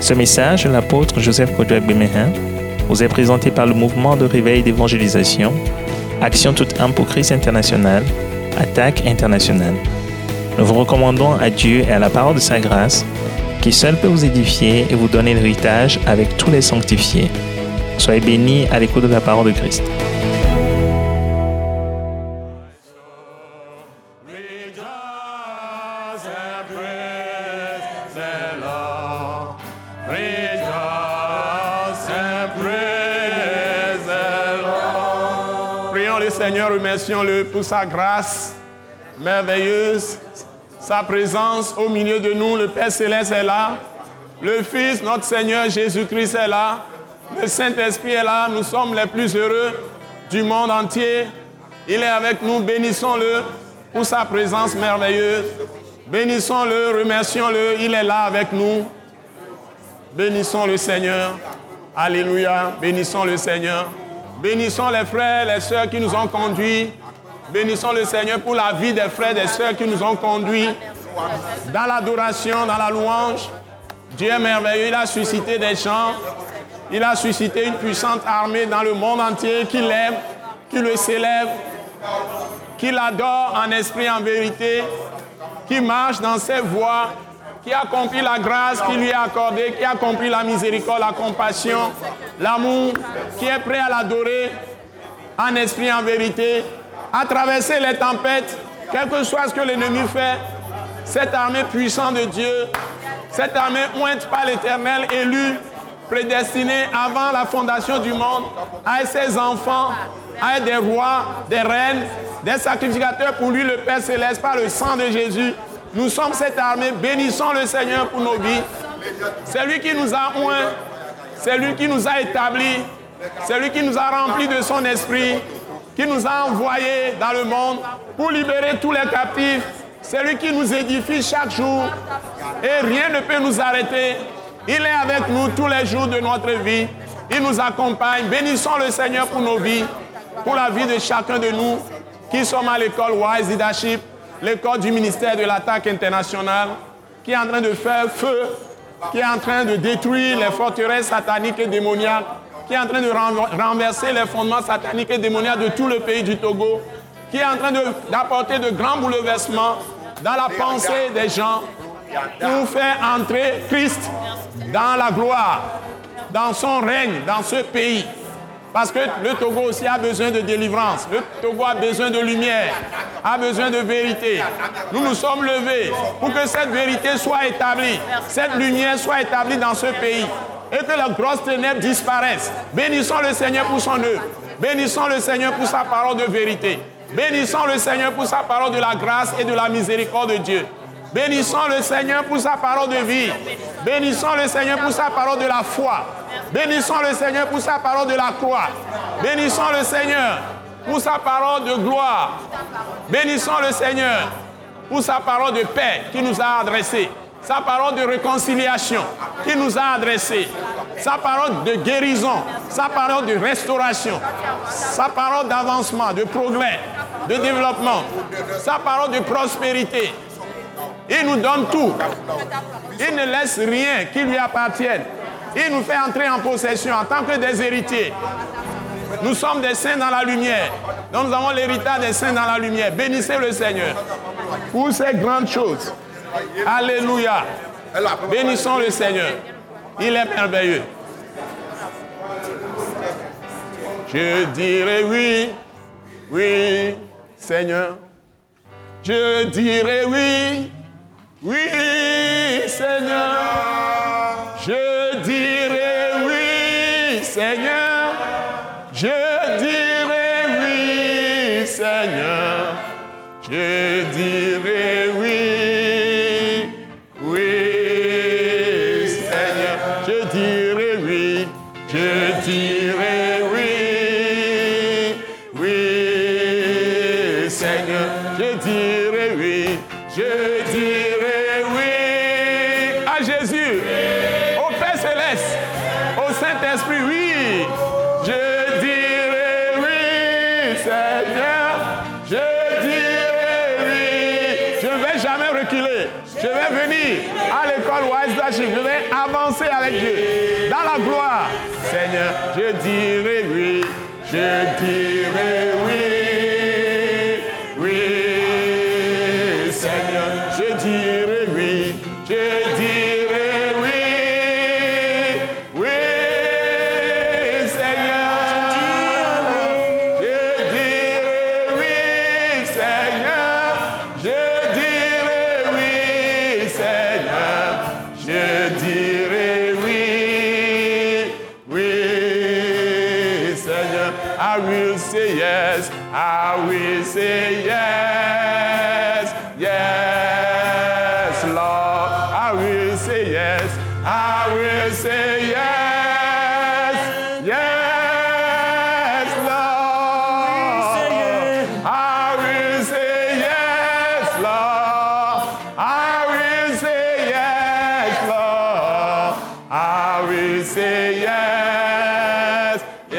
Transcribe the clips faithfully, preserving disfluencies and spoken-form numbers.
Ce message de l'apôtre Joseph Kodouak Bemehin vous est présenté par le mouvement de réveil d'évangélisation, Action toute âme pour Christ international, Attaque internationale. Nous vous recommandons à Dieu et à la parole de sa grâce, qui seul peut vous édifier et vous donner l'héritage avec tous les sanctifiés. Soyez bénis à l'écoute de la parole de Christ. Seigneur, remercions-le pour sa grâce merveilleuse, sa présence au milieu de nous. Le Père Céleste est là, le Fils, notre Seigneur Jésus-Christ est là, le Saint-Esprit est là. Nous sommes les plus heureux du monde entier. Il est avec nous, bénissons-le pour sa présence merveilleuse. Bénissons-le, remercions-le, il est là avec nous. Bénissons le Seigneur. Alléluia, bénissons le Seigneur. Bénissons les frères, les sœurs qui nous ont conduits. Bénissons le Seigneur pour la vie des frères et des sœurs qui nous ont conduits dans l'adoration, dans la louange. Dieu est merveilleux, il a suscité des gens. Il a suscité une puissante armée dans le monde entier qui l'aime, qui le célèbre, qui l'adore en esprit, en vérité, qui marche dans ses voies, qui a accompli la grâce qui lui est accordée, qui a accompli la miséricorde, la compassion, l'amour, qui est prêt à l'adorer en esprit, en vérité, à traverser les tempêtes, quel que soit ce que l'ennemi fait. Cette armée puissante de Dieu, cette armée ointe par l'Éternel, élue, prédestinée avant la fondation du monde, à être ses enfants, à être des rois, des reines, des sacrificateurs pour lui, le Père Céleste, par le sang de Jésus. Nous sommes cette armée, bénissons le Seigneur pour nos vies. C'est lui qui nous a oints, c'est lui qui nous a établis, c'est lui qui nous a remplis de son esprit, qui nous a envoyés dans le monde pour libérer tous les captifs. C'est lui qui nous édifie chaque jour et rien ne peut nous arrêter. Il est avec nous tous les jours de notre vie. Il nous accompagne. Bénissons le Seigneur pour nos vies, pour la vie de chacun de nous qui sommes à l'école Wise Leadership, l'école du ministère de l'Attaque internationale, qui est en train de faire feu, qui est en train de détruire les forteresses sataniques et démoniaques, qui est en train de renverser les fondements sataniques et démoniaques de tout le pays du Togo, qui est en train de, d'apporter de grands bouleversements dans la pensée des gens pour faire entrer Christ dans la gloire, dans son règne, dans ce pays. Parce que le Togo aussi a besoin de délivrance. Le Togo a besoin de lumière, a besoin de vérité. Nous nous sommes levés pour que cette vérité soit établie, cette lumière soit établie dans ce pays et que les grosses ténèbres disparaissent. Bénissons le Seigneur pour son œuvre. Bénissons le Seigneur pour sa parole de vérité. Bénissons le Seigneur pour sa parole de la grâce et de la miséricorde de Dieu. Bénissons le Seigneur pour sa parole de vie. Bénissons le Seigneur pour sa parole de la foi. Bénissons le Seigneur pour sa parole de la croix. Bénissons le Seigneur pour sa parole de gloire. Bénissons le Seigneur pour sa parole de paix qui nous a adressée. Sa parole de réconciliation qui nous a adressée. Sa parole de guérison. Sa parole de restauration. Sa parole d'avancement, de progrès, de développement. Sa parole de prospérité. Il nous donne tout. Il ne laisse rien qui lui appartienne. Il nous fait entrer en possession en tant que des héritiers. Nous sommes des saints dans la lumière. Donc nous avons l'héritage des saints dans la lumière. Bénissez le Seigneur pour ces grandes choses. Alléluia. Bénissons le Seigneur. Il est merveilleux. Je dirai oui, oui, Seigneur. Je dirai oui, oui, Seigneur. Je dirai oui, Seigneur. Je dirai oui, Seigneur. Je dirai oui, oui, Seigneur. Je dirai oui, je dirai oui, oui, Seigneur. Je dirai oui, je dirai oui à Jésus, au Père Céleste, au Saint-Esprit, oui. Je dirai oui, Seigneur. Je dirai oui. Je ne vais jamais reculer. Je vais venir à l'école Wise Leadership. Je vais avancer avec avec Dieu, dans la gloire. Seigneur, je dirai oui, je dirai oui, oui, Seigneur, je dirai oui, je dirai oui, oui, Seigneur, je dirai oui, Seigneur, je dirai oui, Seigneur, je dirai oui, oui, Seigneur, I will say yes, I will say yes, yes, Lord, I will say yes, I will say yes, yes, Lord, I will say yes, Lord, I will say yes, Lord, I will say yes,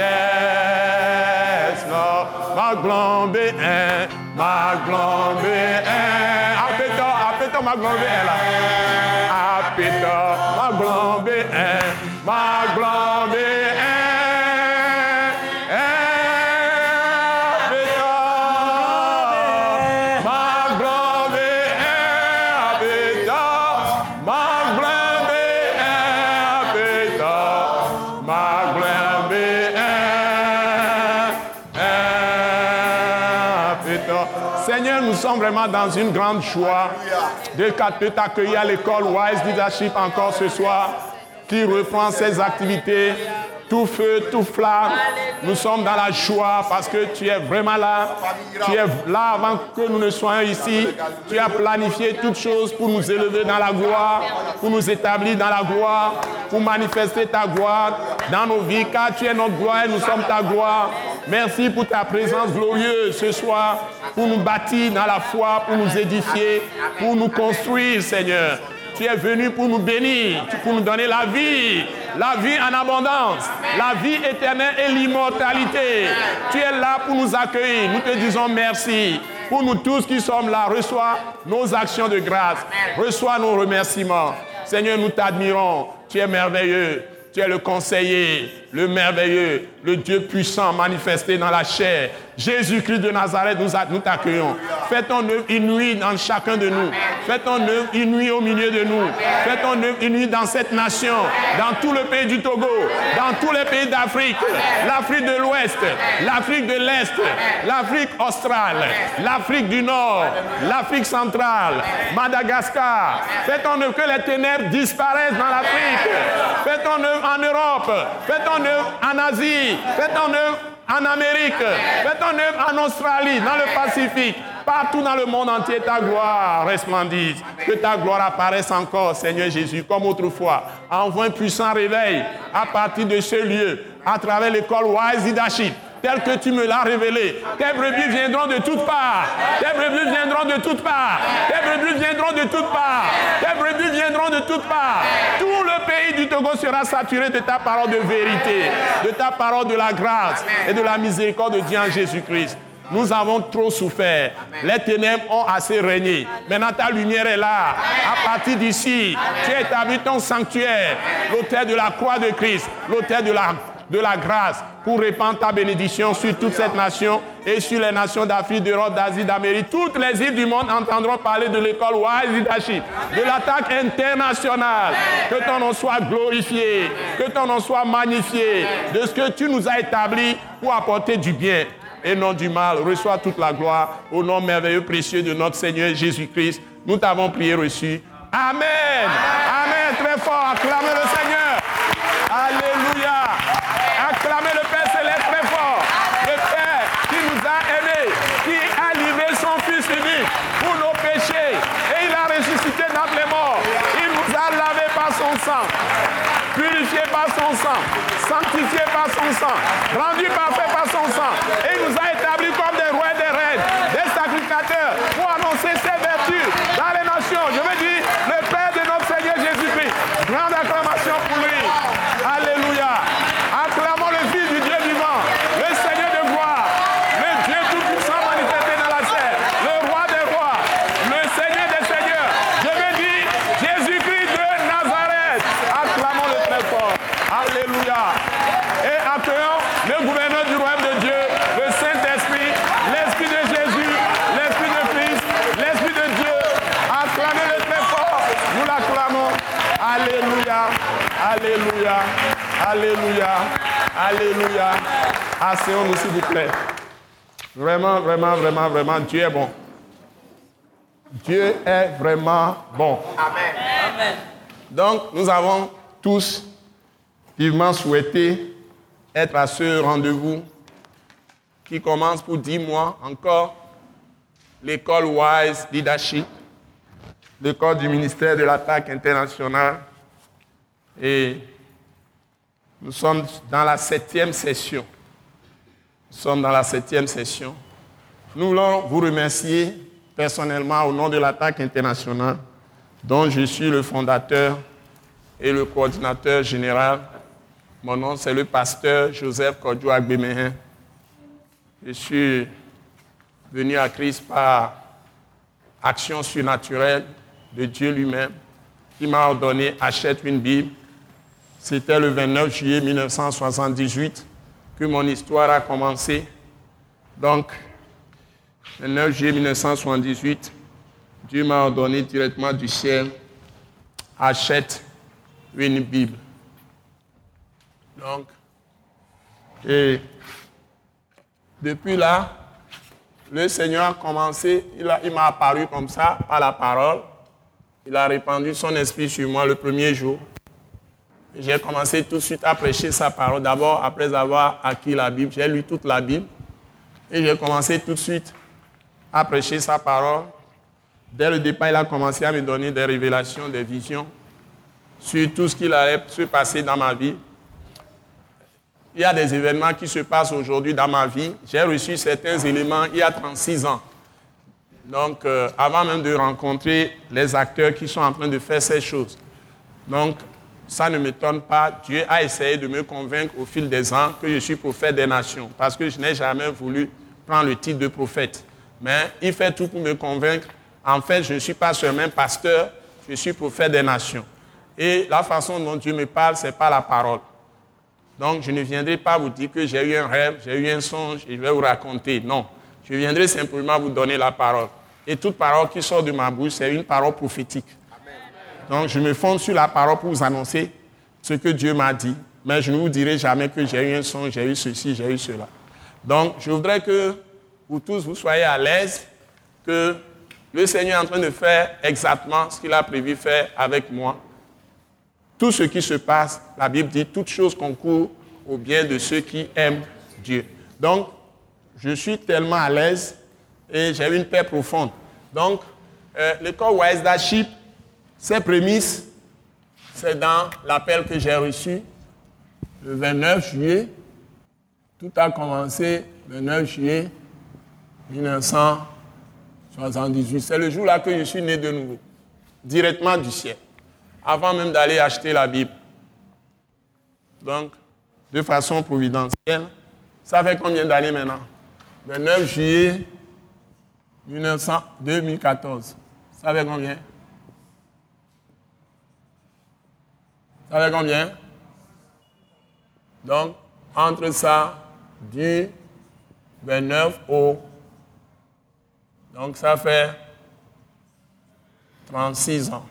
yes, Lord, ma glombe un, ma glombe un, appétant, appétant ma glombe un là, appétant ma glombe un, ma glombe un, appétant, ma glombe un, appétant, ma glombe un, appétant, ma glombe un, appétant. Seigneur, nous sommes vraiment dans une grande joie de t'accueillir à l'école Wise Leadership encore ce soir, qui reprend ses activités, tout feu, tout flamme. Nous sommes dans la joie parce que tu es vraiment là. Tu es là avant que nous ne soyons ici. Tu as planifié toutes choses pour nous élever dans la gloire, pour nous établir dans la gloire, pour manifester ta gloire dans nos vies, car tu es notre gloire et nous sommes ta gloire. Merci pour ta présence glorieuse ce soir, pour nous bâtir dans la foi, pour nous édifier, pour nous construire, Seigneur. Tu es venu pour nous bénir, pour nous donner la vie, la vie en abondance, la vie éternelle et l'immortalité. Tu es là pour nous accueillir. Nous te disons merci. Pour nous tous qui sommes là, reçois nos actions de grâce, reçois nos remerciements. Seigneur, nous t'admirons. Tu es merveilleux. Tu es le conseiller, le merveilleux, le Dieu puissant manifesté dans la chair. Jésus-Christ de Nazareth, nous, nous t'accueillons. Fais ton œuvre inouïe dans chacun de nous. Fais ton œuvre inouïe au milieu de nous. Fais ton œuvre inouïe dans cette nation, dans tout le pays du Togo, dans tous les pays d'Afrique, l'Afrique de l'Ouest, l'Afrique de l'Est, l'Afrique australe, l'Afrique du Nord, l'Afrique centrale, Madagascar. Fais ton œuvre, que les ténèbres disparaissent dans l'Afrique. Fais ton œuvre en Europe, fais ton œuvre en Asie, fais ton œuvre en Amérique, fais ton œuvre en Australie, dans le Pacifique, partout dans le monde entier, ta gloire resplendisse. Que ta gloire apparaisse encore, Seigneur Jésus, comme autrefois. Envoie un puissant réveil à partir de ce lieu, à travers l'école Wise Leadership, tel que tu me l'as révélé. Tes brebis viendront de toutes parts. Tes brebis viendront de toutes parts. Tes brebis viendront de toutes parts. Tes brebis viendront de toutes parts. Tout le pays du Togo sera saturé de ta parole de vérité, de ta parole de la grâce et de la miséricorde de Dieu en Jésus-Christ. Nous avons trop souffert. Les ténèbres ont assez régné. Maintenant, ta lumière est là. À partir d'ici, tu as établi ton sanctuaire, l'autel de la croix de Christ, l'autel de la de la grâce pour répandre ta bénédiction sur toute cette nation et sur les nations d'Afrique, d'Europe, d'Asie, d'Amérique. Toutes les îles du monde entendront parler de l'école Wise Leadership, de l'attaque internationale. Que ton nom soit glorifié, que ton nom soit magnifié, de ce que tu nous as établi pour apporter du bien et non du mal. Reçois toute la gloire au nom merveilleux, précieux de notre Seigneur Jésus-Christ. Nous t'avons prié, reçu. Amen. Amen. Très fort. Acclamez le Seigneur. Alléluia. Acclamez le Père Céleste très fort. Le Père qui nous a aimés, qui a livré son Fils unique pour nos péchés. Et il a ressuscité d'entre les morts. Il nous a lavés par son sang, purifiés par son sang, sanctifiés par son sang, rendus parfaits par son sang. Et il nous a établis comme des rois et des reines, des sacrificateurs, pour annoncer ses vertus dans les nations. Je veux dire, le Père de notre Seigneur Jésus-Christ. Grande acclamation pour lui. Alléluia. Acclamons le Fils du Dieu vivant, le Seigneur de gloire, le Dieu tout-puissant manifesté dans la chair, le roi des rois, le Seigneur des seigneurs. Je veux dire, Jésus-Christ de Nazareth. Acclamons le très Alléluia. Alléluia. Alléluia. Alléluia. Asseyons-nous, s'il vous plaît. Vraiment, vraiment, vraiment, vraiment, Dieu est bon. Dieu est vraiment bon. Amen. Amen. Donc, nous avons tous vivement souhaité être à ce rendez-vous qui commence pour dix mois encore, l'école Wise Leadership, l'école du ministère de l'attaque internationale. Et nous sommes dans la septième session. Nous sommes dans la septième session. Nous voulons vous remercier personnellement au nom de l'attaque internationale, dont je suis le fondateur et le coordinateur général. Mon nom, c'est le pasteur Joseph Kodjo Agbemehin. Je suis venu à Christ par action surnaturelle de Dieu lui-même, qui m'a ordonné achète une Bible. C'était le vingt-neuf juillet mille neuf cent soixante-dix-huit que mon histoire a commencé. Donc, le vingt-neuf juillet mille neuf cent soixante-dix-huit, Dieu m'a ordonné directement du ciel, achète une Bible. Donc, et depuis là, le Seigneur a commencé, il, a, il m'a apparu comme ça, par la parole. Il a répandu son esprit sur moi le premier jour. J'ai commencé tout de suite à prêcher sa parole. D'abord, après avoir acquis la Bible, j'ai lu toute la Bible. Et j'ai commencé tout de suite à prêcher sa parole. Dès le départ, il a commencé à me donner des révélations, des visions sur tout ce qu'il allait se passer dans ma vie. Il y a des événements qui se passent aujourd'hui dans ma vie. J'ai reçu certains éléments il y a trente-six ans. Donc, euh, avant même de rencontrer les acteurs qui sont en train de faire ces choses. Donc, ça ne m'étonne pas. Dieu a essayé de me convaincre au fil des ans que je suis prophète des nations. Parce que je n'ai jamais voulu prendre le titre de prophète. Mais il fait tout pour me convaincre. En fait, je ne suis pas seulement pasteur, je suis prophète des nations. Et la façon dont Dieu me parle, ce n'est pas la parole. Donc, je ne viendrai pas vous dire que j'ai eu un rêve, j'ai eu un songe et je vais vous raconter. Non, je viendrai simplement vous donner la parole. Et toute parole qui sort de ma bouche, c'est une parole prophétique. Donc, je me fonde sur la parole pour vous annoncer ce que Dieu m'a dit. Mais je ne vous dirai jamais que j'ai eu un songe, j'ai eu ceci, j'ai eu cela. Donc, je voudrais que vous tous, vous soyez à l'aise, que le Seigneur est en train de faire exactement ce qu'il a prévu faire avec moi. Tout ce qui se passe, la Bible dit, toute chose concourt au bien de ceux qui aiment Dieu. Donc, je suis tellement à l'aise et j'ai une paix profonde. Donc, euh, l'école Wise Leadership, ses prémices, c'est dans l'appel que j'ai reçu le vingt-neuf juillet. Tout a commencé le vingt-neuf juillet mille neuf cent soixante-dix-huit. C'est le jour-là que je suis né de nouveau, directement du ciel, avant même d'aller acheter la Bible. Donc, de façon providentielle, ça fait combien d'années maintenant? vingt-neuf juillet mille neuf cents, deux mille quatorze. Ça fait combien? Ça fait combien? Donc, entre ça, du vingt-neuf au... Donc, ça fait trente-six ans.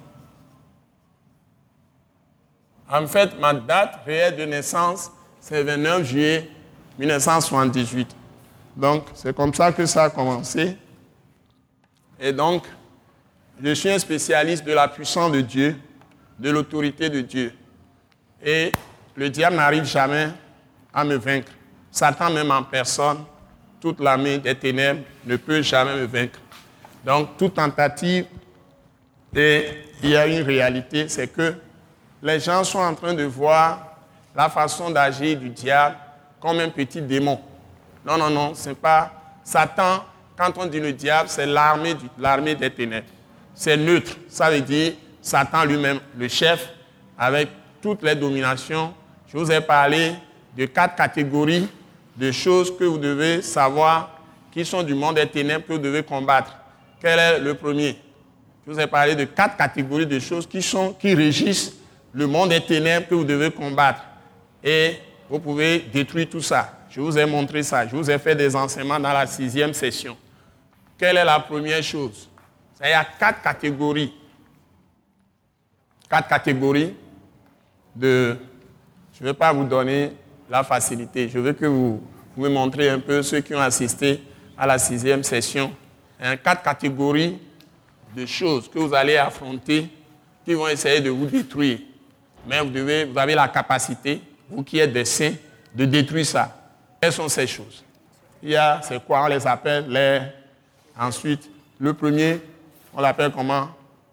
En fait, ma date réelle de naissance, c'est le vingt-neuf juillet mille neuf cent soixante-dix-huit. Donc, c'est comme ça que ça a commencé. Et donc, je suis un spécialiste de la puissance de Dieu, de l'autorité de Dieu. Et le diable n'arrive jamais à me vaincre. Satan même en personne, toute l'armée des ténèbres ne peut jamais me vaincre. Donc, toute tentative, et il y a une réalité, c'est que les gens sont en train de voir la façon d'agir du diable comme un petit démon. Non, non, non, ce n'est pas Satan. Quand on dit le diable, c'est l'armée, du, l'armée des ténèbres. C'est neutre. Ça veut dire Satan lui-même, le chef, avec toutes les dominations. Je vous ai parlé de quatre catégories de choses que vous devez savoir qui sont du monde des ténèbres que vous devez combattre. Quel est le premier? Je vous ai parlé de quatre catégories de choses qui, sont, qui régissent le monde des ténèbres que vous devez combattre. Et vous pouvez détruire tout ça. Je vous ai montré ça. Je vous ai fait des enseignements dans la sixième session. Quelle est la première chose? Il y a quatre catégories. quatre catégories de... Je ne vais pas vous donner la facilité. Je veux que vous, vous me montrez un peu, ceux qui ont assisté à la sixième session, hein, quatre catégories de choses que vous allez affronter qui vont essayer de vous détruire. Mais vous, devez, vous avez la capacité, vous qui êtes des saints, de détruire ça. Quelles sont ces choses? Il y a, c'est quoi? On les appelle les... Ensuite, le premier, on l'appelle comment?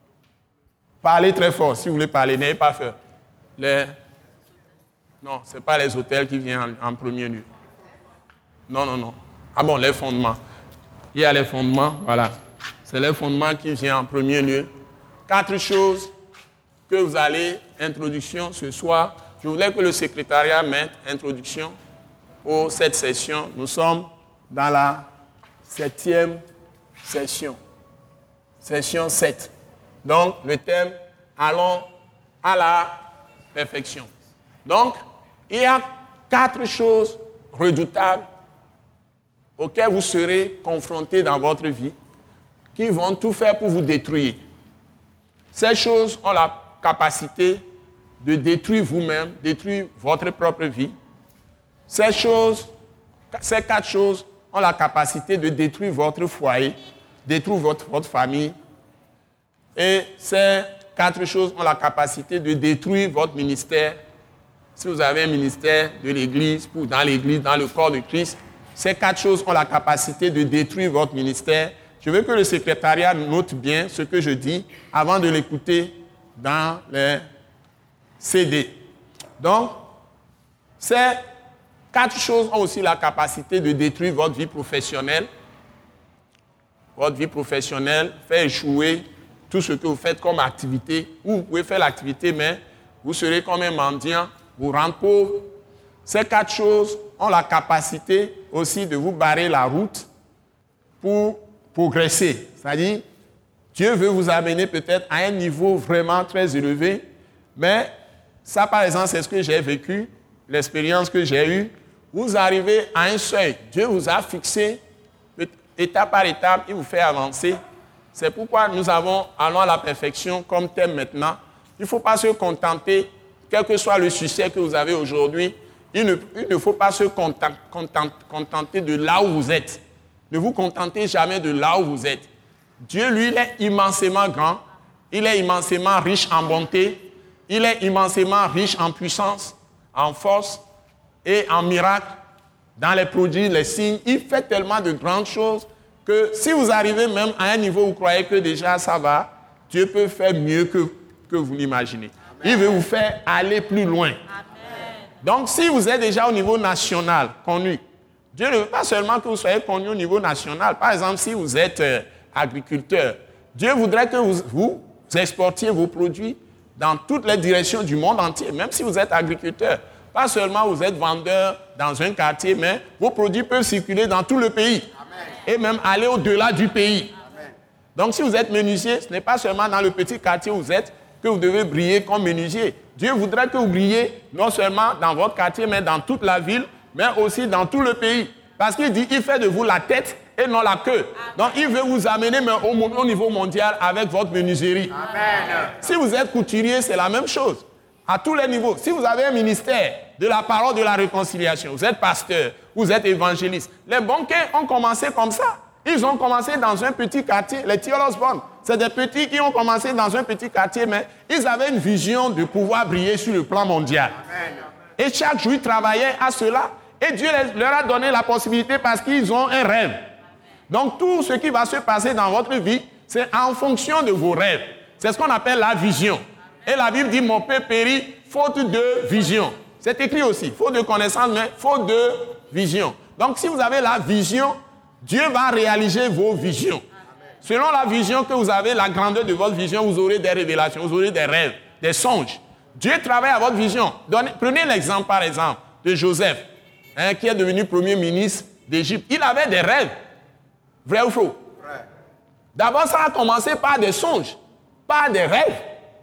Parlez très fort. Si vous voulez parler, n'ayez pas peur. Les... Non, ce n'est pas les hôtels qui viennent en, en premier lieu. Non, non, non. Ah bon, les fondements. Il y a les fondements, voilà. C'est les fondements qui viennent en premier lieu. Quatre choses que vous allez, introduction ce soir. Je voulais que le secrétariat mette introduction pour cette session. Nous sommes dans la septième session. Session sept. Donc, le thème, allons à la perfection. Donc, il y a quatre choses redoutables auxquelles vous serez confrontés dans votre vie qui vont tout faire pour vous détruire. Ces choses ont la capacité de détruire vous-même, détruire votre propre vie. Ces choses, ces quatre choses ont la capacité de détruire votre foyer, détruire votre, votre famille. Et ces quatre choses ont la capacité de détruire votre ministère. Si vous avez un ministère de l'Église, ou dans l'Église, dans le corps de Christ, ces quatre choses ont la capacité de détruire votre ministère. Je veux que le secrétariat note bien ce que je dis avant de l'écouter dans les C D. Donc, ces quatre choses ont aussi la capacité de détruire votre vie professionnelle. Votre vie professionnelle fait échouer tout ce que vous faites comme activité. Ou vous pouvez faire l'activité, mais vous serez comme un mendiant, vous rendre pauvre. Ces quatre choses ont la capacité aussi de vous barrer la route pour progresser. C'est-à-dire, Dieu veut vous amener peut-être à un niveau vraiment très élevé, mais ça, par exemple, c'est ce que j'ai vécu, l'expérience que j'ai eue. Vous arrivez à un seuil. Dieu vous a fixé étape par étape, il vous fait avancer. C'est pourquoi nous avons allons à la perfection comme thème maintenant. Il ne faut pas se contenter, quel que soit le succès que vous avez aujourd'hui, il ne, il ne faut pas se contenter, contenter de là où vous êtes. Ne vous contentez jamais de là où vous êtes. Dieu, lui, il est immensément grand, il est immensément riche en bonté, il est immensément riche en puissance, en force et en miracles, dans les produits, les signes. Il fait tellement de grandes choses que si vous arrivez même à un niveau où vous croyez que déjà ça va, Dieu peut faire mieux que, que vous l'imaginez. Il veut vous faire aller plus loin. Amen. Donc, si vous êtes déjà au niveau national, connu, Dieu ne veut pas seulement que vous soyez connu au niveau national. Par exemple, si vous êtes euh, agriculteur, Dieu voudrait que vous, vous exportiez vos produits dans toutes les directions du monde entier, même si vous êtes agriculteur. Pas seulement vous êtes vendeur dans un quartier, mais vos produits peuvent circuler dans tout le pays. Amen. Et même aller au-delà du pays. Amen. Donc, si vous êtes menuisier, ce n'est pas seulement dans le petit quartier où vous êtes que vous devez briller comme menuisier. Dieu voudrait que vous brillez non seulement dans votre quartier, mais dans toute la ville, mais aussi dans tout le pays. Parce qu'il dit qu'il fait de vous la tête et non la queue. Donc, il veut vous amener mais au, au niveau mondial avec votre menuiserie. Amen. Si vous êtes couturier, c'est la même chose. À tous les niveaux. Si vous avez un ministère de la parole de la réconciliation, vous êtes pasteur, vous êtes évangéliste. Les banquiers ont commencé comme ça. Ils ont commencé dans un petit quartier, les Thiolosborn. C'est des petits qui ont commencé dans un petit quartier, mais ils avaient une vision de pouvoir briller sur le plan mondial. Amen. Et chaque jour, ils travaillaient à cela. Et Dieu leur a donné la possibilité parce qu'ils ont un rêve. Donc, tout ce qui va se passer dans votre vie, c'est en fonction de vos rêves. C'est ce qu'on appelle la vision. Et la Bible dit, mon peuple périt faute de vision. C'est écrit aussi, faute de connaissance, mais faute de vision. Donc, si vous avez la vision, Dieu va réaliser vos visions. Amen. Selon la vision que vous avez, la grandeur de votre vision, vous aurez des révélations, vous aurez des rêves, des songes. Dieu travaille à votre vision. Donnez, prenez l'exemple, par exemple, de Joseph, hein, qui est devenu premier ministre d'Égypte. Il avait des rêves. Vrai ou faux? Vrai. D'abord, ça a commencé par des songes, par des rêves.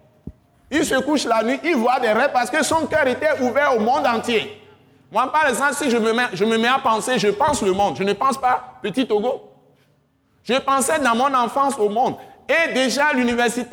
Il se couche la nuit, il voit des rêves parce que son cœur était ouvert au monde entier. Moi, par exemple, si je me mets, je me mets à penser, je pense le monde. Je ne pense pas petit Togo. Je pensais dans mon enfance au monde. Et déjà à l'université,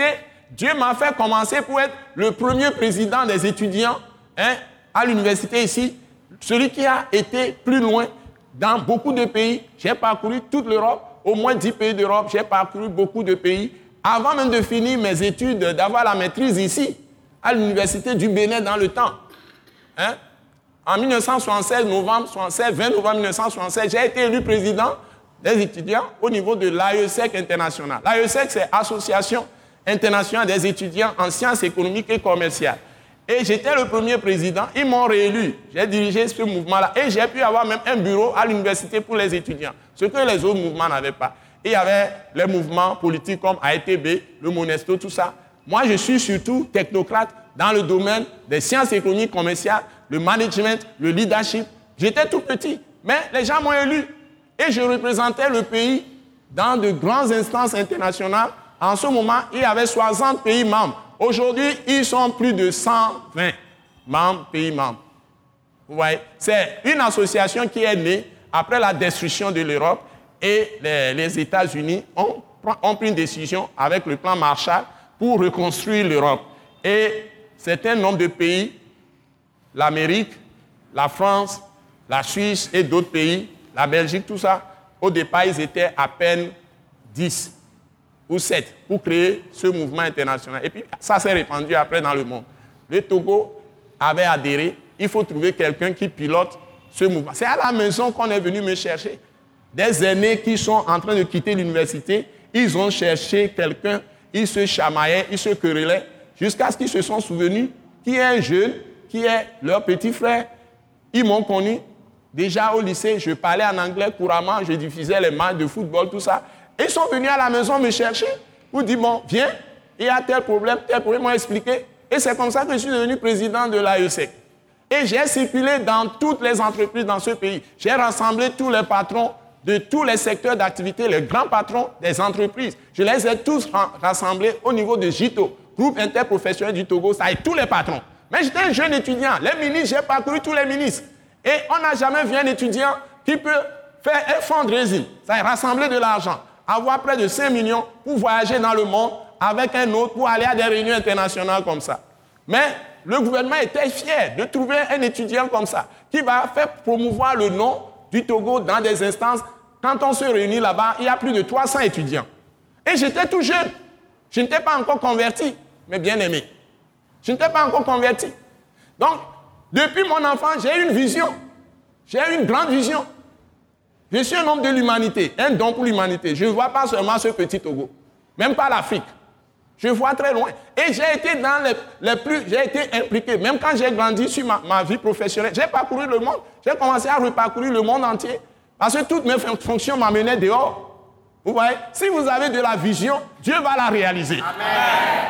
Dieu m'a fait commencer pour être le premier président des étudiants hein, à l'université ici, celui qui a été plus loin dans beaucoup de pays. J'ai parcouru toute l'Europe, au moins dix pays d'Europe, j'ai parcouru beaucoup de pays. Avant même de finir mes études, d'avoir la maîtrise ici, à l'université du Bénin dans le temps. Hein? En mille neuf cent soixante-seize, novembre soixante-seize, vingt novembre mille neuf cent soixante-seize, j'ai été élu président des étudiants au niveau de l'A E S E C international. L'A E S E C, c'est Association internationale des étudiants en sciences économiques et commerciales. Et j'étais le premier président, ils m'ont réélu. J'ai dirigé ce mouvement-là et j'ai pu avoir même un bureau à l'université pour les étudiants, ce que les autres mouvements n'avaient pas. Et il y avait les mouvements politiques comme A E T B, le Monesto, tout ça. Moi, je suis surtout technocrate dans le domaine des sciences économiques commerciales, le management, le leadership. J'étais tout petit, mais les gens m'ont élu. Et je représentais le pays dans de grandes instances internationales. En ce moment, il y avait soixante pays membres. Aujourd'hui, ils sont plus de cent vingt membres, pays membres. Vous voyez, c'est une association qui est née après la destruction de l'Europe et les, les États-Unis ont, ont pris une décision avec le plan Marshall pour reconstruire l'Europe. Et c'est un nombre de pays, l'Amérique, la France, la Suisse et d'autres pays, la Belgique, tout ça, au départ, ils étaient à peine dix ou sept pour créer ce mouvement international. Et puis, ça s'est répandu après dans le monde. Le Togo avait adhéré. Il faut trouver quelqu'un qui pilote ce mouvement. C'est à la maison qu'on est venu me chercher. Des aînés qui sont en train de quitter l'université, ils ont cherché quelqu'un, ils se chamaillaient, ils se querellaient, jusqu'à ce qu'ils se sont souvenus qui est un jeune, qui est leur petit frère. Ils m'ont connu. Déjà au lycée, je parlais en anglais couramment, je diffusais les matchs de football, tout ça. Et ils sont venus à la maison me chercher pour dire, bon, viens, il y a tel problème, tel problème, ils m'ont expliqué. Et c'est comme ça que je suis devenu président de l'A E S E C. Et j'ai circulé dans toutes les entreprises dans ce pays. J'ai rassemblé tous les patrons de tous les secteurs d'activité, les grands patrons des entreprises. Je les ai tous rassemblés au niveau de J I T O, groupe interprofessionnel du Togo, ça et tous les patrons. Mais j'étais un jeune étudiant. Les ministres, j'ai parcouru tous les ministres. Et on n'a jamais vu un étudiant qui peut faire un fundraising, ça est rassembler de l'argent, avoir près de cinq millions pour voyager dans le monde avec un autre, pour aller à des réunions internationales comme ça. Mais le gouvernement était fier de trouver un étudiant comme ça, qui va faire promouvoir le nom du Togo dans des instances. Quand on se réunit là-bas, il y a plus de trois cents étudiants. Et j'étais tout jeune. Je n'étais pas encore converti, mais bien aimé. Je n'étais pas encore converti. Donc, depuis mon enfance, j'ai une vision. J'ai une grande vision. Je suis un homme de l'humanité, un don pour l'humanité. Je ne vois pas seulement ce petit Togo, même pas l'Afrique. Je vois très loin. Et j'ai été dans les, les plus... J'ai été impliqué. Même quand j'ai grandi sur ma, ma vie professionnelle, j'ai parcouru le monde. J'ai commencé à reparcourir le monde entier. Parce que toutes mes fonctions m'amenaient dehors. Vous voyez? Si vous avez de la vision, Dieu va la réaliser. Amen.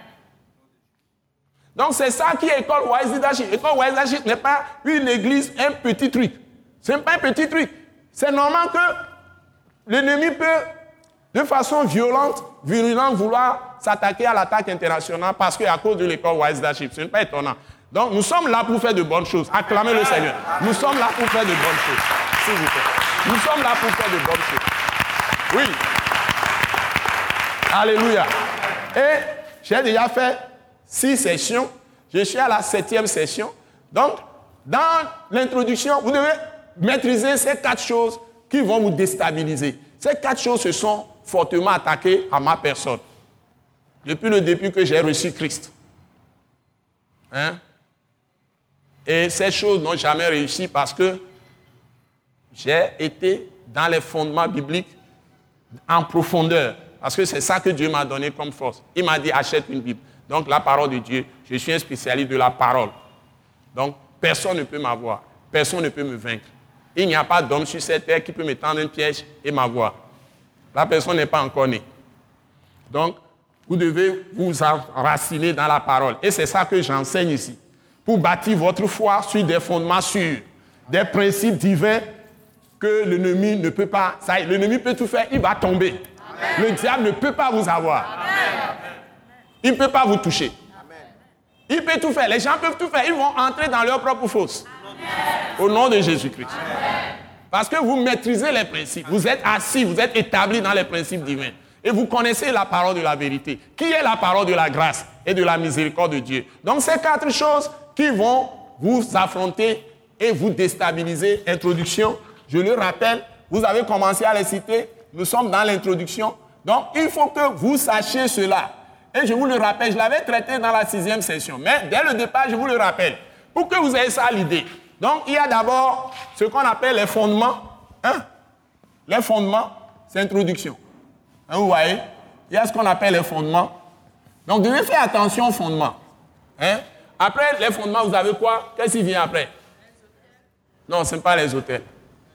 Donc c'est ça qui est l'école Wise Leadership. L'école Wise Leadership n'est pas une église, un petit truc. Ce n'est pas un petit truc. C'est normal que l'ennemi peut, de façon violente, virulente, vouloir s'attaquer à l'attaque internationale parce qu'à cause de l'école Wise Leadership. Ce n'est pas étonnant. Donc nous sommes là pour faire de bonnes choses. Acclamez le Seigneur. Nous sommes là pour faire de bonnes choses. S'il vous plaît. Nous sommes là pour faire de bonnes choses. Oui. Alléluia. Et j'ai déjà fait six sessions. Je suis à la septième session. Donc, dans l'introduction, vous devez maîtriser ces quatre choses qui vont vous déstabiliser. Ces quatre choses se sont fortement attaquées à ma personne. Depuis le début que j'ai reçu Christ. Hein? Et ces choses n'ont jamais réussi parce que j'ai été dans les fondements bibliques en profondeur. Parce que c'est ça que Dieu m'a donné comme force. Il m'a dit, achète une Bible. Donc, la parole de Dieu, je suis un spécialiste de la parole. Donc, personne ne peut m'avoir. Personne ne peut me vaincre. Il n'y a pas d'homme sur cette terre qui peut me tendre un piège et m'avoir. La personne n'est pas encore née. Donc, vous devez vous enraciner dans la parole. Et c'est ça que j'enseigne ici. Pour bâtir votre foi sur des fondements sûrs, des principes divins que l'ennemi ne peut pas... Ça, l'ennemi peut tout faire, il va tomber. Amen. Le diable ne peut pas vous avoir. Amen. Il ne peut pas vous toucher. Amen. Il peut tout faire. Les gens peuvent tout faire. Ils vont entrer dans leur propre fosse. Amen. Au nom de Jésus-Christ. Amen. Parce que vous maîtrisez les principes. Vous êtes assis, vous êtes établis dans les principes divins. Et vous connaissez la parole de la vérité, qui est la parole de la grâce et de la miséricorde de Dieu. Donc, ces quatre choses qui vont vous affronter et vous déstabiliser. Introduction, je le rappelle, vous avez commencé à les citer, nous sommes dans l'introduction. Donc, il faut que vous sachiez cela. Et je vous le rappelle, je l'avais traité dans la sixième session, mais dès le départ, je vous le rappelle, pour que vous ayez ça à l'idée. Donc, il y a d'abord ce qu'on appelle les fondements. Hein? Les fondements, c'est introduction. Hein, vous voyez? Il y a ce qu'on appelle les fondements. Donc, devez faire attention aux fondements. Hein? Après les fondements, vous avez quoi? Qu'est-ce qui vient après? Non, ce n'est pas les hôtels.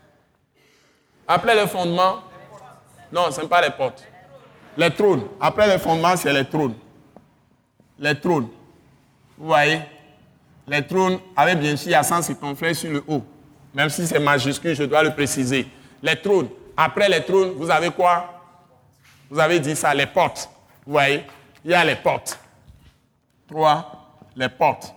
Après les fondements, non, ce n'est pas les portes. Les trônes. Après les fondements, c'est les trônes. Les trônes. Vous voyez? Les trônes avec bien sûr accent circonflexe sur le haut. Même si c'est majuscule, je dois le préciser. Les trônes. Après les trônes, vous avez quoi? Vous avez dit ça, les portes. Vous voyez? Il y a les portes. Trois, les portes.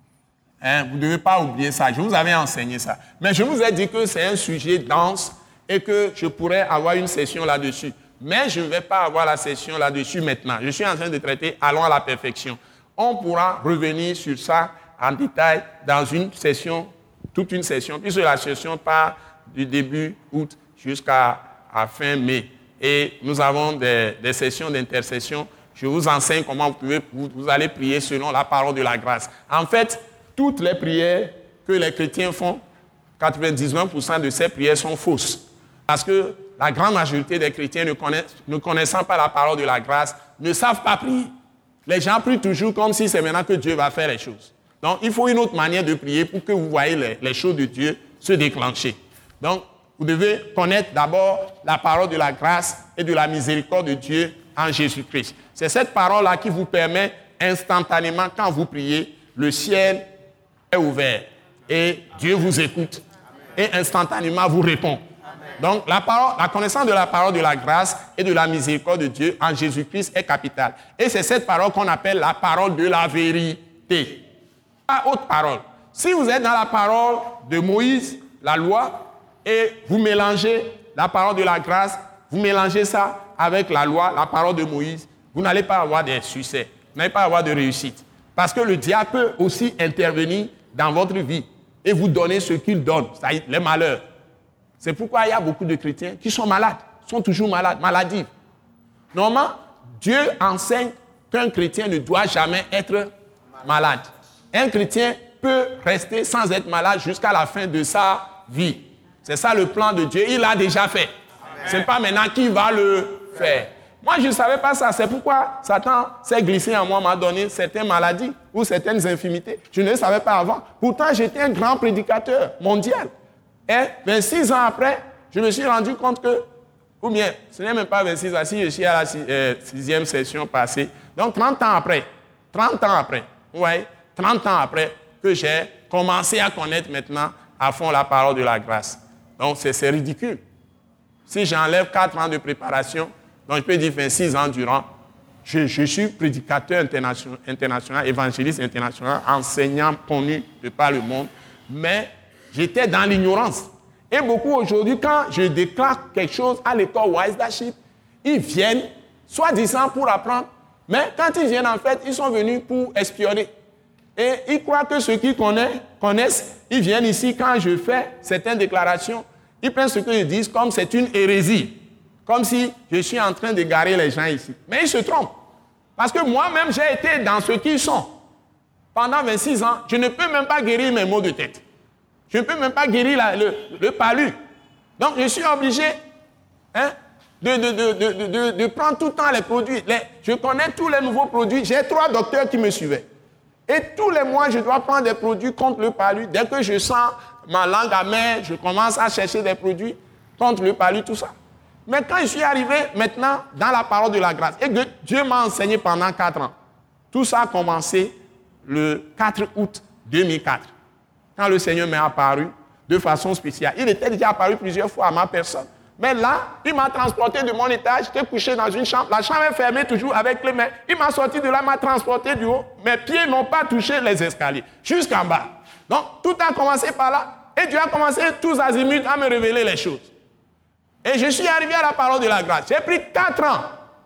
Hein? Vous ne devez pas oublier ça. Je vous avais enseigné ça. Mais je vous ai dit que c'est un sujet dense et que je pourrais avoir une session là-dessus. Mais je ne vais pas avoir la session là-dessus maintenant. Je suis en train de traiter Allons à la perfection. On pourra revenir sur ça en détail dans une session, toute une session, puisque la session part du début août jusqu'à fin mai. Et nous avons des, des sessions d'intercession. Je vous enseigne comment vous, pouvez, vous, vous allez prier selon la parole de la grâce. En fait, toutes les prières que les chrétiens font, quatre-vingt-dix-neuf pour cent de ces prières sont fausses. Parce que la grande majorité des chrétiens ne, connaissent, ne connaissant pas la parole de la grâce, ne savent pas prier. Les gens prient toujours comme si c'est maintenant que Dieu va faire les choses. Donc, il faut une autre manière de prier pour que vous voyez les, les choses de Dieu se déclencher. Donc, vous devez connaître d'abord la parole de la grâce et de la miséricorde de Dieu en Jésus-Christ. C'est cette parole-là qui vous permet instantanément, quand vous priez, le ciel est ouvert et Dieu vous écoute et instantanément vous répond. Donc, la, parole, la connaissance de la parole de la grâce et de la miséricorde de Dieu en Jésus-Christ est capitale. Et c'est cette parole qu'on appelle la parole de la vérité. Pas autre parole. Si vous êtes dans la parole de Moïse, la loi, et vous mélangez la parole de la grâce, vous mélangez ça avec la loi, la parole de Moïse, vous n'allez pas avoir de succès, vous n'allez pas avoir de réussite. Parce que le diable peut aussi intervenir dans votre vie et vous donner ce qu'il donne, c'est-à-dire les malheurs. C'est pourquoi il y a beaucoup de chrétiens qui sont malades, sont toujours malades, maladifs. Normalement, Dieu enseigne qu'un chrétien ne doit jamais être malade. Un chrétien peut rester sans être malade jusqu'à la fin de sa vie. C'est ça le plan de Dieu, il l'a déjà fait. Ce n'est pas maintenant qu'il va le faire. Moi, je ne savais pas ça. C'est pourquoi Satan s'est glissé en moi, m'a donné certaines maladies ou certaines infirmités. Je ne le savais pas avant. Pourtant, j'étais un grand prédicateur mondial. Et vingt-six ans après, je me suis rendu compte que, ou bien, ce n'est même pas vingt-six ans, si je suis à la euh, sixième session passée, donc trente ans après, trente ans après, vous voyez, trente ans après, que j'ai commencé à connaître maintenant à fond la parole de la grâce. Donc, c'est, c'est ridicule. Si j'enlève quatre ans de préparation, donc je peux dire vingt-six ans durant, je, je suis prédicateur international, international, évangéliste international, enseignant connu de par le monde, mais j'étais dans l'ignorance. Et beaucoup aujourd'hui, quand je déclare quelque chose à l'école Wise Leadership, ils viennent, soi-disant pour apprendre, mais quand ils viennent, en fait, ils sont venus pour espionner. Et ils croient que ceux qui connaissent, connaissent, ils viennent ici, quand je fais certaines déclarations, ils prennent ce que je dis comme c'est une hérésie. Comme si je suis en train d'égarer les gens ici. Mais ils se trompent. Parce que moi-même, j'ai été dans ce qu'ils sont. Pendant vingt-six ans, je ne peux même pas guérir mes maux de tête. Je ne peux même pas guérir la, le, le palu. Donc, je suis obligé hein, de, de, de, de, de, de prendre tout le temps les produits. Les, je connais tous les nouveaux produits. J'ai trois docteurs qui me suivaient. Et tous les mois, je dois prendre des produits contre le palu. Dès que je sens ma langue amère, je commence à chercher des produits contre le palu, tout ça. Mais quand je suis arrivé maintenant dans la parole de la grâce, et que Dieu m'a enseigné pendant quatre ans, tout ça a commencé le quatre août deux mille quatre. Quand le Seigneur m'est apparu de façon spéciale. Il était déjà apparu plusieurs fois à ma personne. Mais là, il m'a transporté de mon étage, j'étais couché dans une chambre. La chambre est fermée toujours avec les mains. Il m'a sorti de là, m'a transporté du haut. Mes pieds n'ont pas touché les escaliers, jusqu'en bas. Donc, tout a commencé par là. Et Dieu a commencé tous azimuts à me révéler les choses. Et je suis arrivé à la parole de la grâce. J'ai pris quatre ans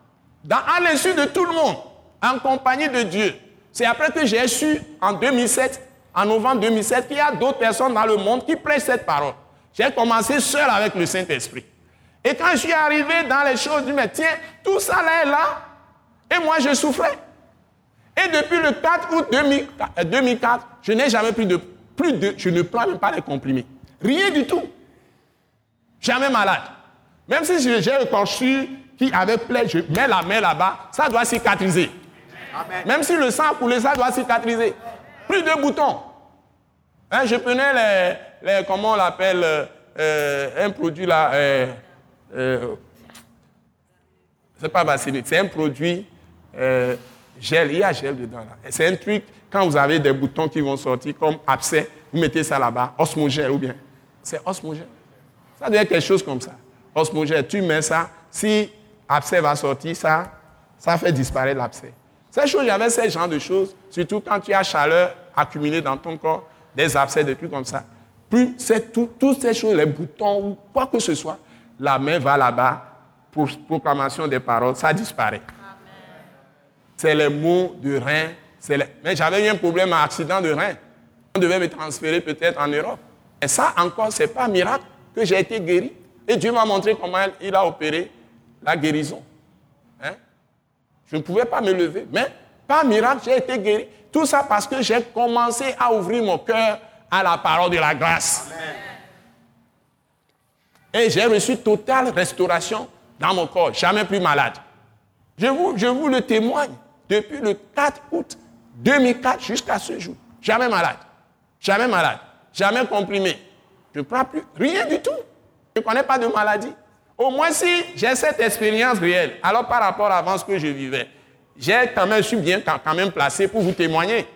dans, à l'insu de tout le monde, en compagnie de Dieu. C'est après que j'ai su, en deux mille sept, en novembre deux mille sept, qu'il y a d'autres personnes dans le monde qui prêchent cette parole. J'ai commencé seul avec le Saint-Esprit. Et quand je suis arrivé dans les choses, je me dis, mais tiens, tout ça là est là. Et moi, je souffrais. Et depuis le quatre août deux mille quatre, je n'ai jamais pris de... Plus de je ne prends même pas les comprimés. Rien du tout. Jamais malade. Même si j'ai un reconstruit qui avait plaie, je mets la main là-bas, ça doit cicatriser. Amen. Même si le sang a coulé, ça doit cicatriser. Plus de boutons. Hein, je prenais les, les, comment on l'appelle, euh, un produit là, euh, euh, c'est pas vaccinite, c'est un produit euh, gel, il y a gel dedans là. C'est un truc, quand vous avez des boutons qui vont sortir comme abcès, vous mettez ça là-bas, osmogel ou bien, c'est osmogel. Ça doit être quelque chose comme ça. Osmogel, tu mets ça, si abcès va sortir, ça, ça fait disparaître l'abcès. Ces choses, il y avait ce genre de choses, surtout quand tu as chaleur accumulée dans ton corps, des abcès, des trucs comme ça. Plus c'est tout, toutes ces choses, les boutons ou quoi que ce soit, la main va là-bas, pour proclamation des paroles, ça disparaît. Amen. C'est les maux de rein. C'est les... Mais j'avais eu un problème, un accident de rein. On devait me transférer peut-être en Europe. Et ça encore, ce n'est pas un miracle que j'ai été guéri. Et Dieu m'a montré comment il a opéré la guérison. Hein? Je ne pouvais pas me lever, mais par miracle, j'ai été guéri. Tout ça parce que j'ai commencé à ouvrir mon cœur à la parole de la grâce. Amen. Et j'ai reçu totale restauration dans mon corps, jamais plus malade. Je vous, je vous le témoigne, depuis le quatre août deux mille quatre jusqu'à ce jour, jamais malade, jamais malade, jamais comprimé. Je ne prends plus rien du tout. Je ne connais pas de maladie. Au moins si j'ai cette expérience réelle, alors par rapport à avant ce que je vivais, j'ai quand même, je suis bien quand même placé pour vous témoigner.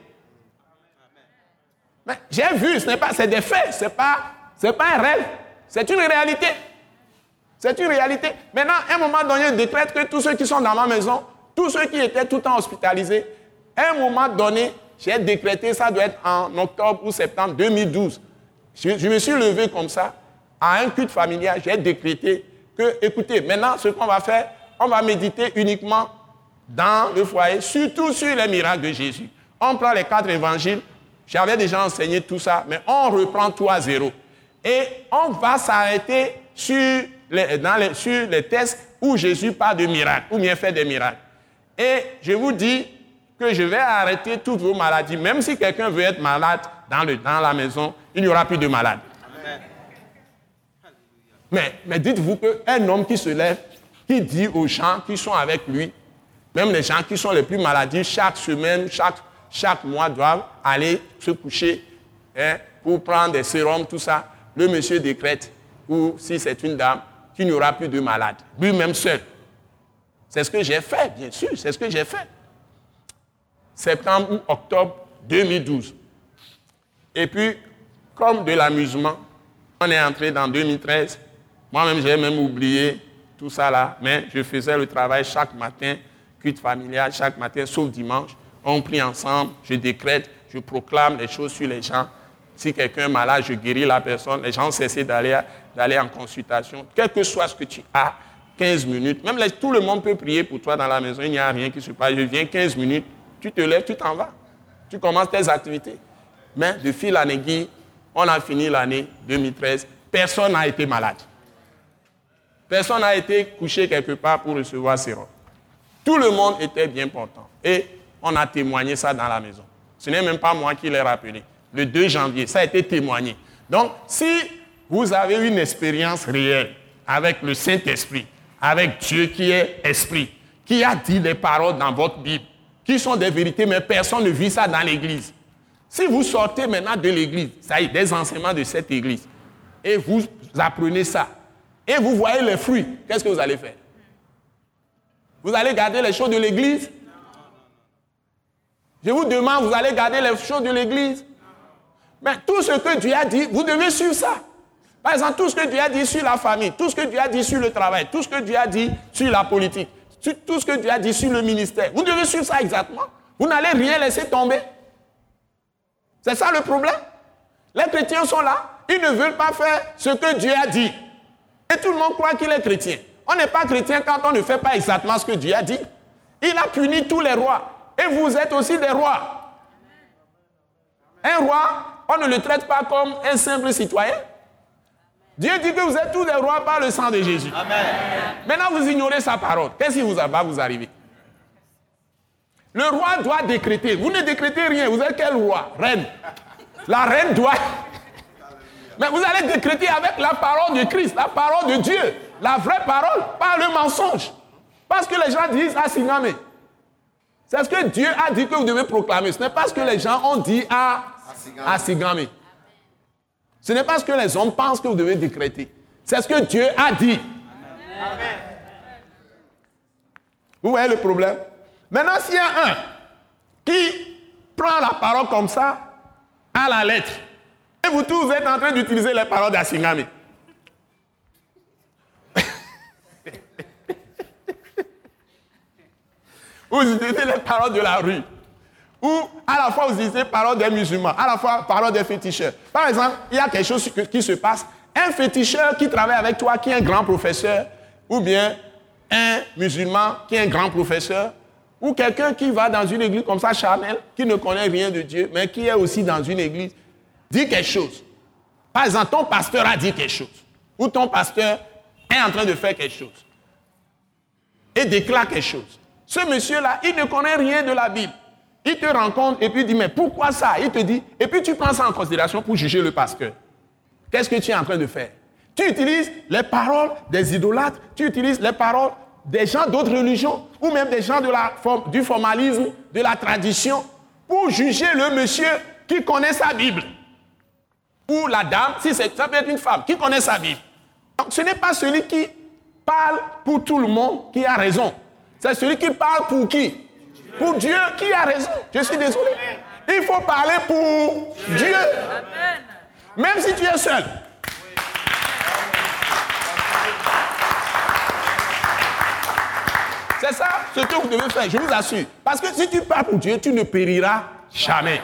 Mais j'ai vu, ce n'est pas, c'est des faits, ce n'est pas, c'est pas un rêve, c'est une réalité. C'est une réalité. Maintenant, à un moment donné, je décrète que tous ceux qui sont dans ma maison, tous ceux qui étaient tout le temps hospitalisés, à un moment donné, j'ai décrété, ça doit être en octobre ou septembre deux mille douze. Je, je me suis levé comme ça, à un culte familial, j'ai décrété que, écoutez, maintenant, ce qu'on va faire, on va méditer uniquement dans le foyer, surtout sur les miracles de Jésus. On prend les quatre évangiles, j'avais déjà enseigné tout ça, mais on reprend tout à zéro. Et on va s'arrêter sur les, dans les, sur les textes où Jésus parle de miracles, ou bien fait des miracles. Et je vous dis que je vais arrêter toutes vos maladies. Même si quelqu'un veut être malade dans, le, dans la maison, il n'y aura plus de malades. Amen. Mais, mais dites-vous qu'un homme qui se lève, qui dit aux gens qui sont avec lui, même les gens qui sont les plus maladies, chaque semaine, chaque, chaque mois, doivent aller se coucher hein, pour prendre des sérums, tout ça. Le monsieur décrète, ou si c'est une dame, qu'il n'y aura plus de malades, lui-même seul. C'est ce que j'ai fait, bien sûr, c'est ce que j'ai fait. Septembre ou octobre deux mille douze. Et puis, comme de l'amusement, on est entré dans deux mille treize. Moi-même, j'ai même oublié tout ça là, mais je faisais le travail chaque matin, culte familial, chaque matin, sauf dimanche. On prie ensemble, je décrète, je proclame les choses sur les gens. Si quelqu'un est malade, je guéris la personne. Les gens cessent d'aller, d'aller en consultation. Quel que soit ce que tu as, quinze minutes. Même les, tout le monde peut prier pour toi dans la maison. Il n'y a rien qui se passe. Je viens quinze minutes. Tu te lèves, tu t'en vas. Tu commences tes activités. Mais de fil en aiguille, on a fini l'année deux mille treize. Personne n'a été malade. Personne n'a été couché quelque part pour recevoir sérum. Tout le monde était bien portant. Et on a témoigné ça dans la maison. Ce n'est même pas moi qui l'ai rappelé. Le deux janvier, ça a été témoigné. Donc, si vous avez une expérience réelle avec le Saint-Esprit, avec Dieu qui est Esprit, qui a dit des paroles dans votre Bible, qui sont des vérités, mais personne ne vit ça dans l'Église. Si vous sortez maintenant de l'Église, ça y est, des enseignements de cette Église, et vous apprenez ça, et vous voyez les fruits, qu'est-ce que vous allez faire? Vous allez garder les choses de l'Église? Je vous demande, vous allez garder les choses de l'Église? Mais tout ce que Dieu a dit, vous devez suivre ça. Par exemple, tout ce que Dieu a dit sur la famille, tout ce que Dieu a dit sur le travail, tout ce que Dieu a dit sur la politique, tout ce que Dieu a dit sur le ministère, vous devez suivre ça exactement. Vous n'allez rien laisser tomber. C'est ça le problème. Les chrétiens sont là, ils ne veulent pas faire ce que Dieu a dit. Et tout le monde croit qu'il est chrétien. On n'est pas chrétien quand on ne fait pas exactement ce que Dieu a dit. Il a puni tous les rois. Et vous êtes aussi des rois. Un roi, on ne le traite pas comme un simple citoyen. Dieu dit que vous êtes tous des rois par le sang de Jésus. Amen. Maintenant, vous ignorez sa parole. Qu'est-ce qui vous va vous arriver? Le roi doit décréter. Vous ne décrétez rien. Vous êtes quel roi? Reine. La reine doit... Mais vous allez décréter avec la parole de Christ, la parole de Dieu, la vraie parole, pas le mensonge. Parce que les gens disent à Singame. C'est ce que Dieu a dit que vous devez proclamer. Ce n'est pas ce que les gens ont dit à, à Singame. Ce n'est pas ce que les hommes pensent que vous devez décréter. C'est ce que Dieu a dit. Amen. Vous voyez le problème? Maintenant, s'il y a un qui prend la parole comme ça, à la lettre, et vous tous vous êtes en train d'utiliser les paroles d'Asingame. Vous utilisez les paroles de la rue. Ou à la fois vous utilisez les paroles des musulmans, à la fois paroles des féticheurs. Par exemple, il y a quelque chose qui se passe. Un féticheur qui travaille avec toi, qui est un grand professeur, ou bien un musulman qui est un grand professeur, ou quelqu'un qui va dans une église comme ça, charnelle, qui ne connaît rien de Dieu, mais qui est aussi dans une église, dit quelque chose. Par exemple, ton pasteur a dit quelque chose. Ou ton pasteur est en train de faire quelque chose. Et déclare quelque chose. Ce monsieur-là, il ne connaît rien de la Bible. Il te rencontre et puis il dit, mais pourquoi ça? Il te dit, et puis tu prends ça en considération pour juger le pasteur. Qu'est-ce que tu es en train de faire? Tu utilises les paroles des idolâtres, tu utilises les paroles des gens d'autres religions, ou même des gens de la, du formalisme, de la tradition, pour juger le monsieur qui connaît sa Bible. Ou la dame, si c'est, ça peut être une femme, qui connaît sa Bible. Donc ce n'est pas celui qui parle pour tout le monde qui a raison. C'est celui qui parle pour qui? Pour Dieu qui a raison. Je suis désolé. Il faut parler pour Dieu. Même si tu es seul. C'est ça ce que vous devez faire, je vous assure. Parce que si tu parles pour Dieu, tu ne périras jamais.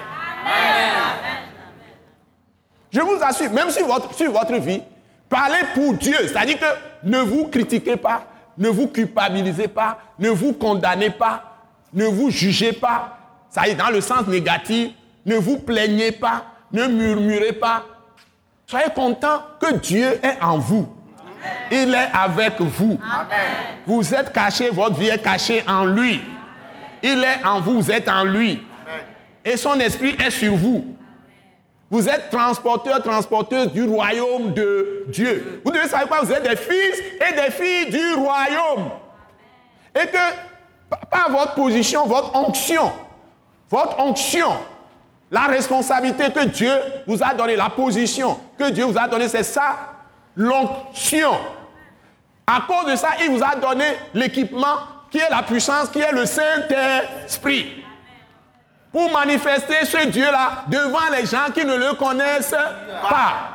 Je vous assure, même sur votre, sur votre vie, parlez pour Dieu. C'est-à-dire que ne vous critiquez pas, ne vous culpabilisez pas, ne vous condamnez pas, ne vous jugez pas. Ça y est, dans le sens négatif, ne vous plaignez pas, ne murmurez pas. Soyez contents que Dieu est en vous. Il est avec vous. Amen. Vous êtes cachés, votre vie est cachée en lui. Il est en vous, vous êtes en lui. Amen. Et son esprit est sur vous. Vous êtes transporteurs, transporteuses du royaume de Dieu. Vous devez savoir quoi, vous êtes des fils et des filles du royaume. Et que, par votre position, votre onction, votre onction, la responsabilité que Dieu vous a donnée, la position que Dieu vous a donnée, c'est ça, l'onction. À cause de ça, il vous a donné l'équipement qui est la puissance, qui est le Saint-Esprit. Pour manifester ce Dieu-là devant les gens qui ne le connaissent pas.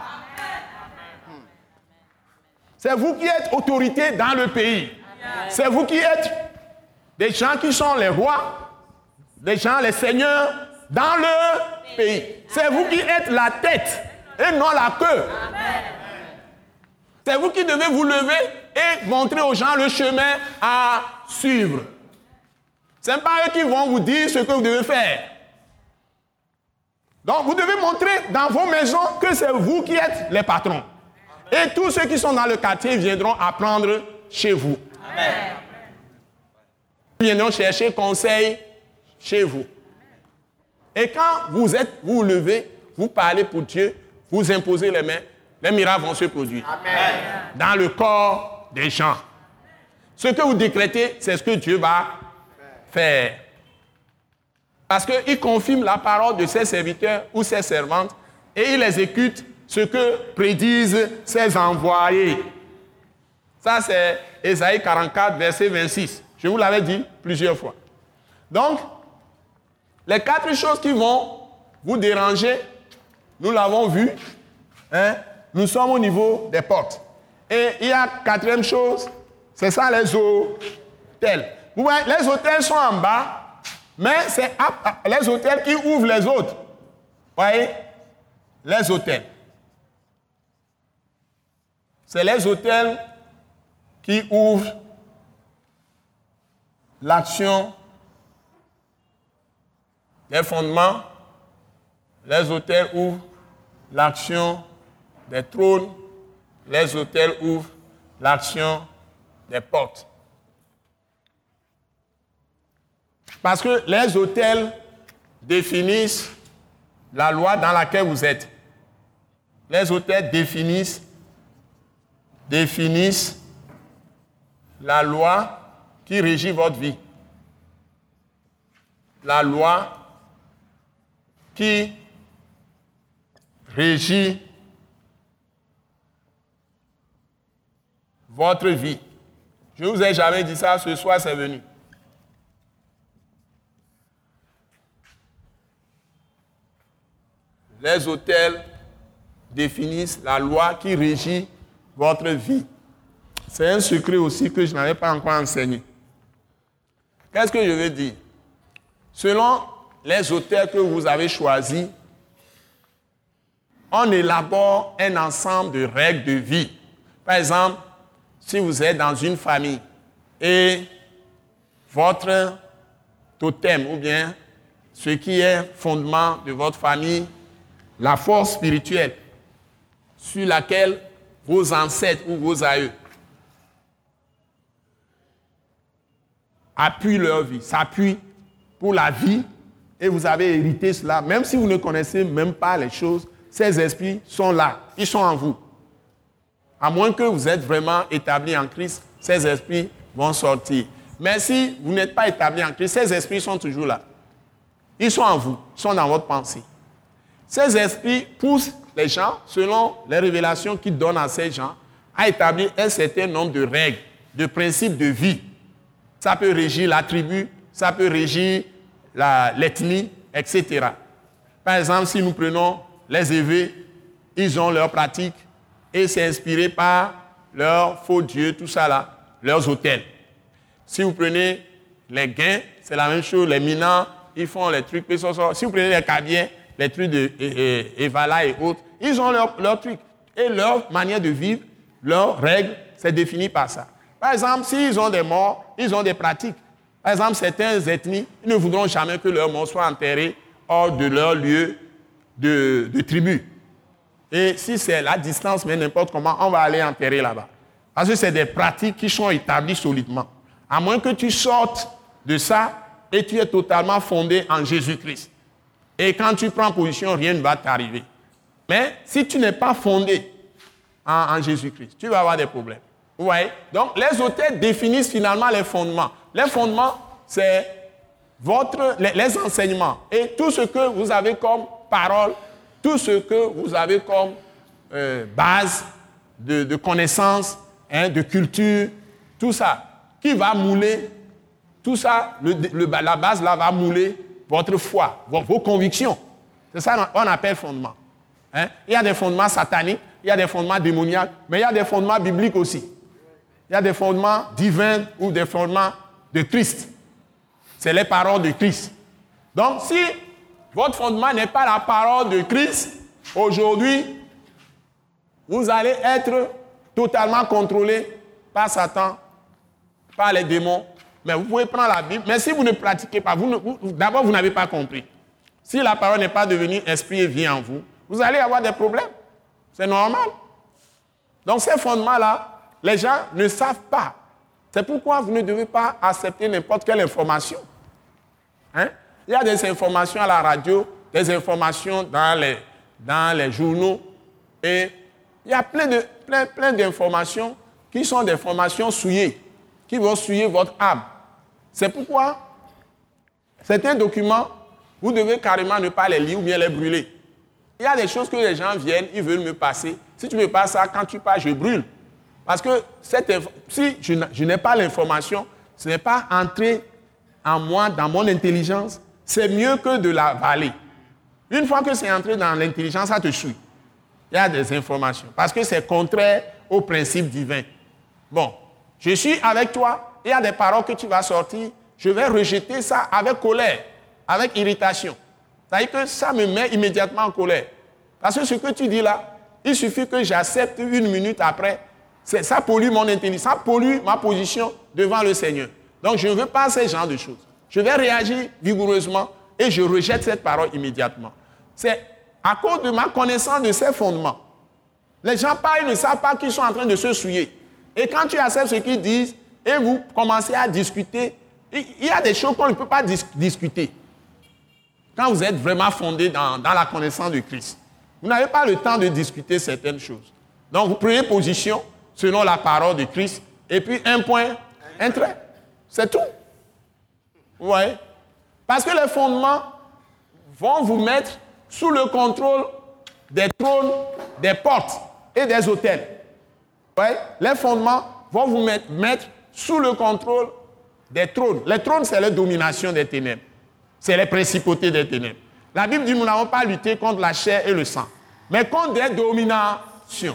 C'est vous qui êtes autorité dans le pays. C'est vous qui êtes des gens qui sont les rois, des gens, les seigneurs dans le pays. C'est vous qui êtes la tête et non la queue. C'est vous qui devez vous lever et montrer aux gens le chemin à suivre. Ce n'est pas eux qui vont vous dire ce que vous devez faire. Donc, vous devez montrer dans vos maisons que c'est vous qui êtes les patrons. Et tous ceux qui sont dans le quartier viendront apprendre chez vous. Amen. Ils viendront chercher conseil chez vous. Et quand vous êtes, vous vous levez, vous parlez pour Dieu, vous imposez les mains, les miracles vont se produire. Amen. Dans le corps des gens. Ce que vous décrétez, c'est ce que Dieu va faire. Parce qu'il confirme la parole de ses serviteurs ou ses servantes et il exécute ce que prédisent ses envoyés. Ça, c'est Ésaïe quarante-quatre, verset vingt-six. Je vous l'avais dit plusieurs fois. Donc, les quatre choses qui vont vous déranger, nous l'avons vu, hein, nous sommes au niveau des portes. Et il y a quatrième chose, c'est ça les hôtels. Vous voyez, les hôtels sont en bas, mais c'est les hôtels qui ouvrent les autres. Vous voyez, les hôtels. C'est les hôtels qui ouvrent l'action des fondements, les autels ouvrent l'action des trônes, les autels ouvrent l'action des portes. Parce que les autels définissent la loi dans laquelle vous êtes. Les autels définissent, définissent la loi qui régit votre vie. La loi qui régit votre vie. Je ne vous ai jamais dit ça, ce soir c'est venu. Les autels définissent la loi qui régit votre vie. C'est un secret aussi que je n'avais pas encore enseigné. Qu'est-ce que je veux dire? Selon les autels que vous avez choisis, on élabore un ensemble de règles de vie. Par exemple, si vous êtes dans une famille et votre totem, ou bien ce qui est fondement de votre famille, la force spirituelle sur laquelle vos ancêtres ou vos aïeux appuient leur vie, s'appuient pour la vie, et vous avez hérité cela, même si vous ne connaissez même pas les choses, ces esprits sont là, ils sont en vous. À moins que vous êtes vraiment établi en Christ, ces esprits vont sortir. Mais si vous n'êtes pas établi en Christ, ces esprits sont toujours là. Ils sont en vous, ils sont dans votre pensée. Ces esprits poussent les gens, selon les révélations qu'ils donnent à ces gens, à établir un certain nombre de règles, de principes de vie. Ça peut régir la tribu, ça peut régir la, l'ethnie, et cetera. Par exemple, si nous prenons les évêques, ils ont leurs pratiques et c'est inspiré par leurs faux dieux, tout ça là, leurs autels. Si vous prenez les Gains, c'est la même chose, les Minans, ils font les trucs. Si vous prenez les Cadiens, les trucs de Evala et autres, ils ont leurs leur trucs. Et leur manière de vivre, leurs règles, c'est défini par ça. Par exemple, s'ils ont des morts, ils ont des pratiques. Par exemple, certaines ethnies, ils ne voudront jamais que leurs morts soient enterrés hors de leur lieu de, de tribu. Et si c'est la distance, mais n'importe comment, on va aller enterrer là-bas. Parce que c'est des pratiques qui sont établies solidement. À moins que tu sortes de ça et tu es totalement fondé en Jésus-Christ. Et quand tu prends position, rien ne va t'arriver. Mais si tu n'es pas fondé en, en Jésus-Christ, tu vas avoir des problèmes. Vous voyez? Donc, les autels définissent finalement les fondements. Les fondements, c'est votre, les, les enseignements. Et tout ce que vous avez comme parole, tout ce que vous avez comme euh, base de, de connaissances, hein, de culture, tout ça, qui va mouler, tout ça, le, le, la base là va mouler votre foi, vos, vos convictions. C'est ça qu'on appelle fondement. Hein? Il y a des fondements sataniques, il y a des fondements démoniaques, mais il y a des fondements bibliques aussi. Il y a des fondements divins ou des fondements de Christ. C'est les paroles de Christ. Donc, si votre fondement n'est pas la parole de Christ, aujourd'hui, vous allez être totalement contrôlé par Satan, par les démons. Mais vous pouvez prendre la Bible, mais si vous ne pratiquez pas, vous ne, vous, d'abord, vous n'avez pas compris. Si la parole n'est pas devenue esprit et vie en vous, vous allez avoir des problèmes. C'est normal. Donc, ces fondements-là, les gens ne savent pas. C'est pourquoi vous ne devez pas accepter n'importe quelle information. Hein? Il y a des informations à la radio, des informations dans les, dans les journaux, et il y a plein, de, plein, plein d'informations qui sont des informations souillées, qui vont souiller votre âme. C'est pourquoi certains documents, vous devez carrément ne pas les lire ou bien les brûler. Il y a des choses que les gens viennent, ils veulent me passer. Si tu me passes ça, quand tu pars, je brûle. Parce que cette, si je, je n'ai pas l'information, ce n'est pas entré en moi, dans mon intelligence, c'est mieux que de l'avaler. Une fois que c'est entré dans l'intelligence, ça te suit. Il y a des informations. Parce que c'est contraire au principe divin. Bon, je suis avec toi, il y a des paroles que tu vas sortir, je vais rejeter ça avec colère, avec irritation. C'est-à-dire que ça me met immédiatement en colère. Parce que ce que tu dis là, il suffit que j'accepte une minute après, c'est, ça pollue mon intelligence, ça pollue ma position devant le Seigneur. Donc, je ne veux pas ce genre de choses. Je vais réagir vigoureusement et je rejette cette parole immédiatement. C'est à cause de ma connaissance de ces fondements. Les gens parlent, ils ne savent pas qu'ils sont en train de se souiller. Et quand tu acceptes ce qu'ils disent et vous commencez à discuter, il y a des choses qu'on ne peut pas dis- discuter. Quand vous êtes vraiment fondé dans, dans la connaissance de Christ, vous n'avez pas le temps de discuter certaines choses. Donc, vous prenez position selon la parole de Christ et puis un point, un trait. C'est tout. Vous voyez? Parce que les fondements vont vous mettre sous le contrôle des trônes, des portes et des autels. Vous voyez? Les fondements vont vous mettre, mettre sous le contrôle des trônes. Les trônes, c'est la domination des ténèbres. C'est les principautés des ténèbres. La Bible dit que nous n'avons pas lutté contre la chair et le sang, mais contre des dominations,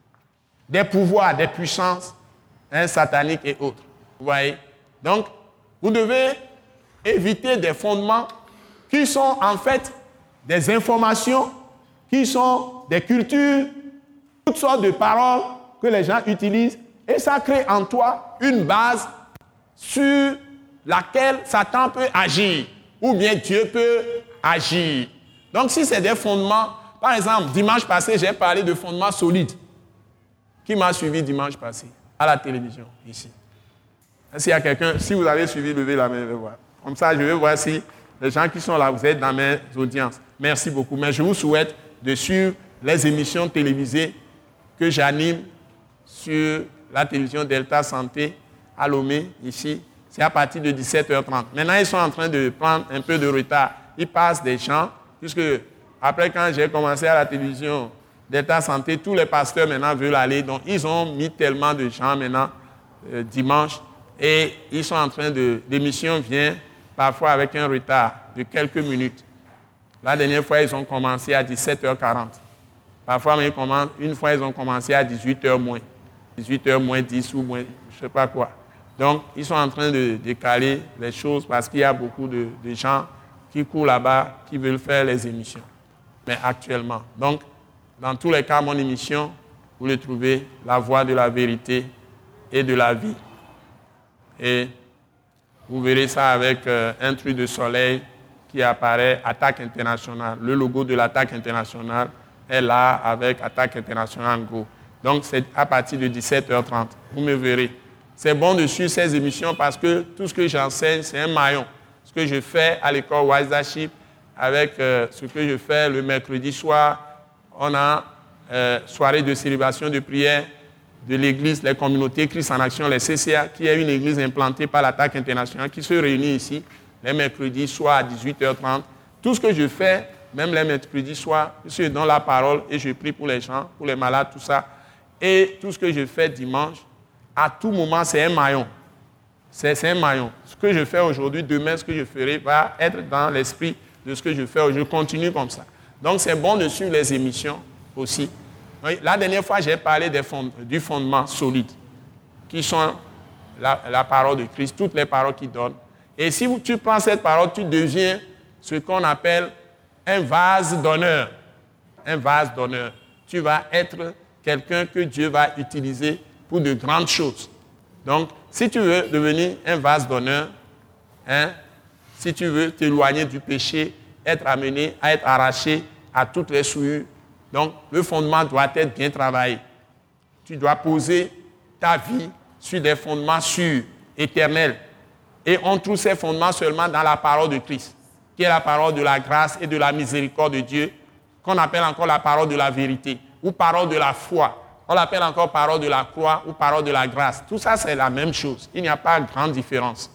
des pouvoirs, des puissances hein, sataniques et autres. Vous voyez? Donc, vous devez éviter des fondements qui sont en fait des informations, qui sont des cultures, toutes sortes de paroles que les gens utilisent, et ça crée en toi une base sur laquelle Satan peut agir, ou bien Dieu peut agir. Donc si c'est des fondements, par exemple, dimanche passé, j'ai parlé de fondements solides. Qui m'a suivi dimanche passé à la télévision, ici? S'il y a quelqu'un, si vous avez suivi, levez la main, je vais voir. Comme ça, je vais voir si les gens qui sont là, vous êtes dans mes audiences. Merci beaucoup. Mais je vous souhaite de suivre les émissions télévisées que j'anime sur la télévision Delta Santé à Lomé, ici. C'est à partir de dix-sept heures trente. Maintenant, ils sont en train de prendre un peu de retard. Ils passent des chants, puisque après, quand j'ai commencé à la télévision Delta Santé, tous les pasteurs maintenant veulent aller. Donc, ils ont mis tellement de chants maintenant, euh, dimanche, et ils sont en train de... L'émission vient parfois avec un retard de quelques minutes. La dernière fois, ils ont commencé à dix-sept heures quarante. Parfois, mais ils commencent, une fois, ils ont commencé à dix-huit heures moins. dix-huit heures moins dix ou moins, je ne sais pas quoi. Donc, ils sont en train de décaler les choses parce qu'il y a beaucoup de, de gens qui courent là-bas, qui veulent faire les émissions. Mais actuellement. Donc, dans tous les cas, mon émission, vous le trouvez, la voie de la vérité et de la vie. Et vous verrez ça avec euh, un truc de soleil qui apparaît, Attaque Internationale. Le logo de l'Attaque Internationale est là avec Attaque Internationale Go. Donc, c'est à partir de dix-sept heures trente. Vous me verrez. C'est bon de suivre ces émissions parce que tout ce que j'enseigne, c'est un maillon. Ce que je fais à l'école Wiseship, avec euh, ce que je fais le mercredi soir, on a euh, soirée de célébration de prière de l'église, les communautés Christ en Action, les C C A, qui est une église implantée par l'Attaque Internationale, qui se réunit ici les mercredis soirs à dix-huit heures trente. Tout ce que je fais, même les mercredis soirs, je donne la parole et je prie pour les gens, pour les malades, tout ça. Et tout ce que je fais dimanche, à tout moment, c'est un maillon. C'est, c'est un maillon. Ce que je fais aujourd'hui, demain, ce que je ferai va être dans l'esprit de ce que je fais. Je continue comme ça. Donc, c'est bon de suivre les émissions aussi. La dernière fois, j'ai parlé des fond, du fondement solide, qui sont la, la parole de Christ, toutes les paroles qu'il donne. Et si tu prends cette parole, tu deviens ce qu'on appelle un vase d'honneur. Un vase d'honneur. Tu vas être quelqu'un que Dieu va utiliser pour de grandes choses. Donc, si tu veux devenir un vase d'honneur, hein, si tu veux t'éloigner du péché, être amené à être arraché à toutes les souillures, donc le fondement doit être bien travaillé. Tu dois poser ta vie sur des fondements sûrs, éternels. Et on trouve ces fondements seulement dans la parole de Christ, qui est la parole de la grâce et de la miséricorde de Dieu, qu'on appelle encore la parole de la vérité, ou parole de la foi. On l'appelle encore parole de la croix ou parole de la grâce. Tout ça, c'est la même chose. Il n'y a pas de grande différence.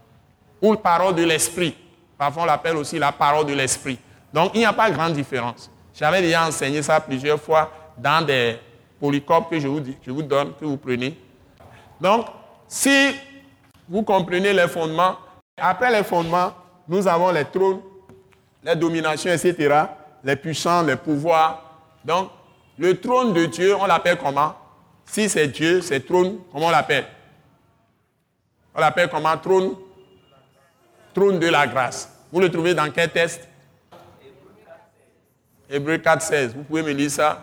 Ou parole de l'esprit. Parfois, on l'appelle aussi la parole de l'esprit. Donc, il n'y a pas de grande différence. J'avais déjà enseigné ça plusieurs fois dans des polycopes que je vous, je vous donne, que vous prenez. Donc, si vous comprenez les fondements, après les fondements, nous avons les trônes, les dominations, et cetera, les puissances, les pouvoirs. Donc, le trône de Dieu, on l'appelle comment? Si c'est Dieu, c'est trône, comment on l'appelle? On l'appelle comment? Trône, trône de la grâce. Vous le trouvez dans quel texte? Hébreux quatre seize. Vous pouvez me lire ça?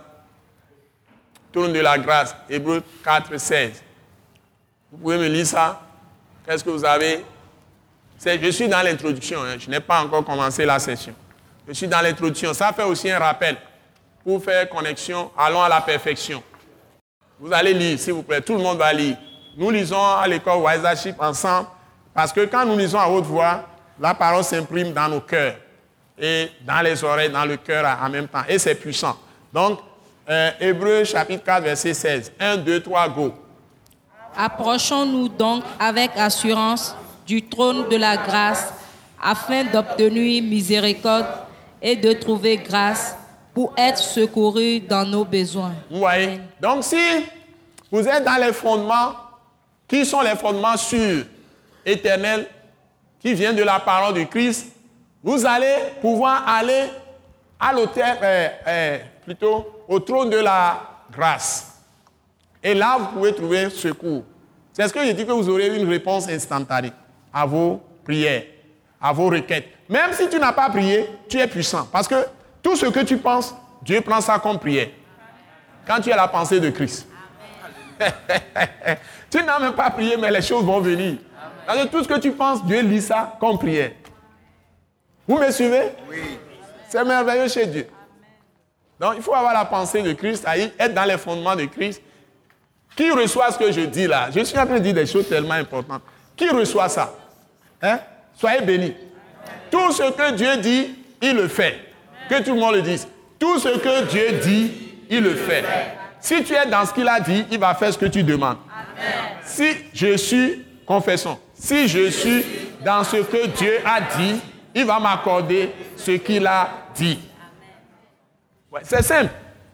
Trône de la grâce. Hébreux quatre seize. Vous pouvez me lire ça? Qu'est-ce que vous avez? C'est, je suis dans l'introduction, hein, je n'ai pas encore commencé la session. Je suis dans l'introduction. Ça fait aussi un rappel pour faire connexion. Allons à la perfection. Vous allez lire, s'il vous plaît. Tout le monde va lire. Nous lisons à l'école Wisership ensemble parce que quand nous lisons à haute voix, la parole s'imprime dans nos cœurs et dans les oreilles, dans le cœur en même temps. Et c'est puissant. Donc, euh, Hébreux chapitre quatre, verset seize. un, deux, trois, go. Approchons-nous donc avec assurance du trône de la grâce afin d'obtenir miséricorde et de trouver grâce pour être secourus dans nos besoins. Vous voyez? Donc si vous êtes dans les fondements, qui sont les fondements sûrs, éternels, qui viennent de la parole de Christ, vous allez pouvoir aller à l'autel, euh, euh, plutôt au trône de la grâce. Et là, vous pouvez trouver secours. C'est ce que je dis, que vous aurez une réponse instantanée à vos prières, à vos requêtes. Même si tu n'as pas prié, tu es puissant. Parce que tout ce que tu penses, Dieu prend ça comme prière. Quand tu as la pensée de Christ. Tu n'as même pas prié, mais les choses vont venir. Parce que tout ce que tu penses, Dieu lit ça comme prière. Vous me suivez? Oui. C'est merveilleux chez Dieu. Donc, il faut avoir la pensée de Christ, être dans les fondements de Christ. Qui reçoit ce que je dis là? Je suis en train de dire des choses tellement importantes. Qui reçoit ça? Hein? Soyez bénis. Tout ce que Dieu dit, il le fait. Que tout le monde le dise. Tout ce que Dieu dit, il le fait. Si tu es dans ce qu'il a dit, il va faire ce que tu demandes. Amen. Si je suis, confessons, si je suis dans ce que Dieu a dit, il va m'accorder ce qu'il a dit. Ouais, c'est simple.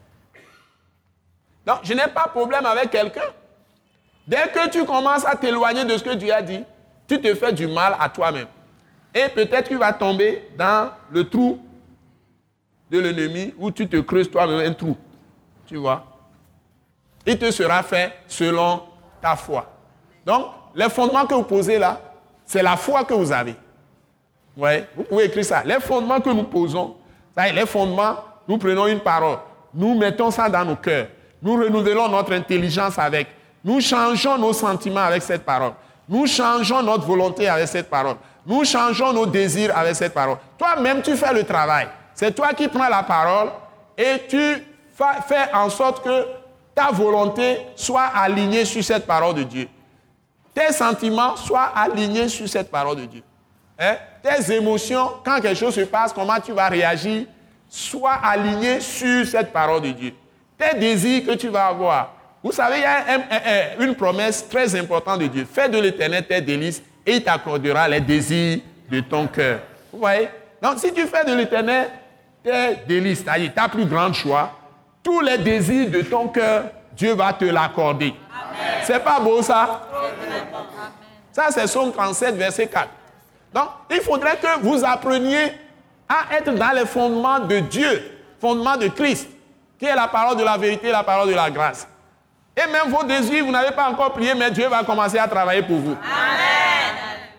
Donc, je n'ai pas de problème avec quelqu'un. Dès que tu commences à t'éloigner de ce que Dieu a dit, tu te fais du mal à toi-même. Et peut-être tu vas tomber dans le trou de l'ennemi où tu te creuses toi-même un trou. Tu vois? Il te sera fait selon ta foi. Donc, les fondements que vous posez là, c'est la foi que vous avez. Ouais, vous pouvez écrire ça. Les fondements que nous posons, ça, les fondements, nous prenons une parole. Nous mettons ça dans nos cœurs. Nous renouvelons notre intelligence avec. Nous changeons nos sentiments avec cette parole. Nous changeons notre volonté avec cette parole. Nous changeons nos désirs avec cette parole. Toi-même, tu fais le travail. C'est toi qui prends la parole et tu fais en sorte que ta volonté soit alignée sur cette parole de Dieu. Tes sentiments soient alignés sur cette parole de Dieu. Hein? Tes émotions, quand quelque chose se passe, comment tu vas réagir, soient alignés sur cette parole de Dieu. Tes désirs que tu vas avoir. Vous savez, il y a un, un, un, une promesse très importante de Dieu. Fais de l'Éternel tes délices et il t'accordera les désirs de ton cœur. Vous voyez? Donc, si tu fais de l'Éternel tes délices, c'est-à-dire ta plus grande joie, tous les désirs de ton cœur, Dieu va te l'accorder. Amen. C'est pas beau ça? Amen. Ça, c'est Psaume trente-sept, verset quatre. Donc, il faudrait que vous appreniez à être dans les fondements de Dieu, fondements de Christ, qui est la parole de la vérité, la parole de la grâce. Et même vos désirs, vous n'avez pas encore prié, mais Dieu va commencer à travailler pour vous. Amen.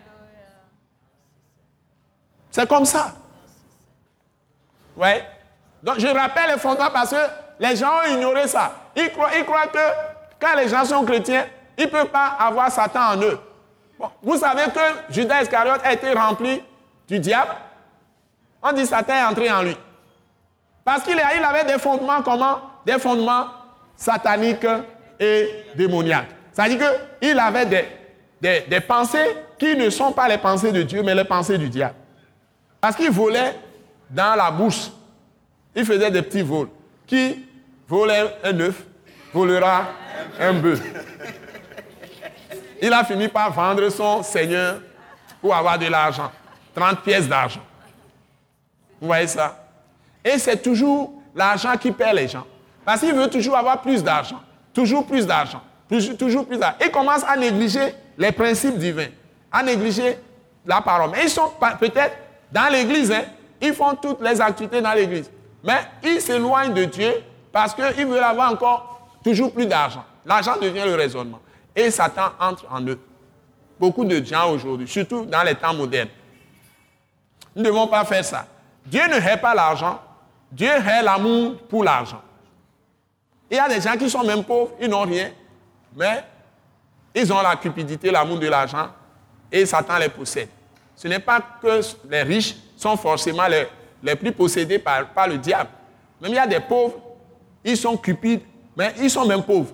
C'est comme ça. Ouais. Donc, je rappelle les fondements parce que les gens ont ignoré ça. Ils croient, ils croient que quand les gens sont chrétiens, ils ne peuvent pas avoir Satan en eux. Bon, vous savez que Judas Iscariote a été rempli du diable. On dit Satan est entré en lui. Parce qu'il il avait des fondements comment? Des fondements sataniques et démoniaques. C'est-à-dire qu'il avait des, des, des pensées qui ne sont pas les pensées de Dieu, mais les pensées du diable. Parce qu'il volait dans la bourse. Il faisait des petits vols. Qui volait un œuf, volera un bœuf. Il a fini par vendre son seigneur pour avoir de l'argent. trente pièces d'argent. Vous voyez ça? Et c'est toujours l'argent qui perd les gens. Parce qu'il veut toujours avoir plus d'argent. Toujours plus d'argent. Plus, toujours plus d'argent. Il commence à négliger les principes divins. À négliger la parole. Mais ils sont peut-être dans l'église. Hein, ils font toutes les activités dans l'église. Mais ils s'éloignent de Dieu parce qu'ils veulent avoir encore toujours plus d'argent. L'argent devient le raisonnement. Et Satan entre en eux. Beaucoup de gens aujourd'hui, surtout dans les temps modernes. Nous ne devons pas faire ça. Dieu ne hait pas l'argent. Dieu hait l'amour pour l'argent. Il y a des gens qui sont même pauvres, ils n'ont rien, mais ils ont la cupidité, l'amour de l'argent, et Satan les possède. Ce n'est pas que les riches sont forcément les, les plus possédés par, par le diable. Même il y a des pauvres, ils sont cupides, mais ils sont même pauvres.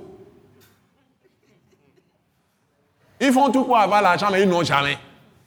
Ils font tout pour avoir l'argent, mais ils n'ont jamais.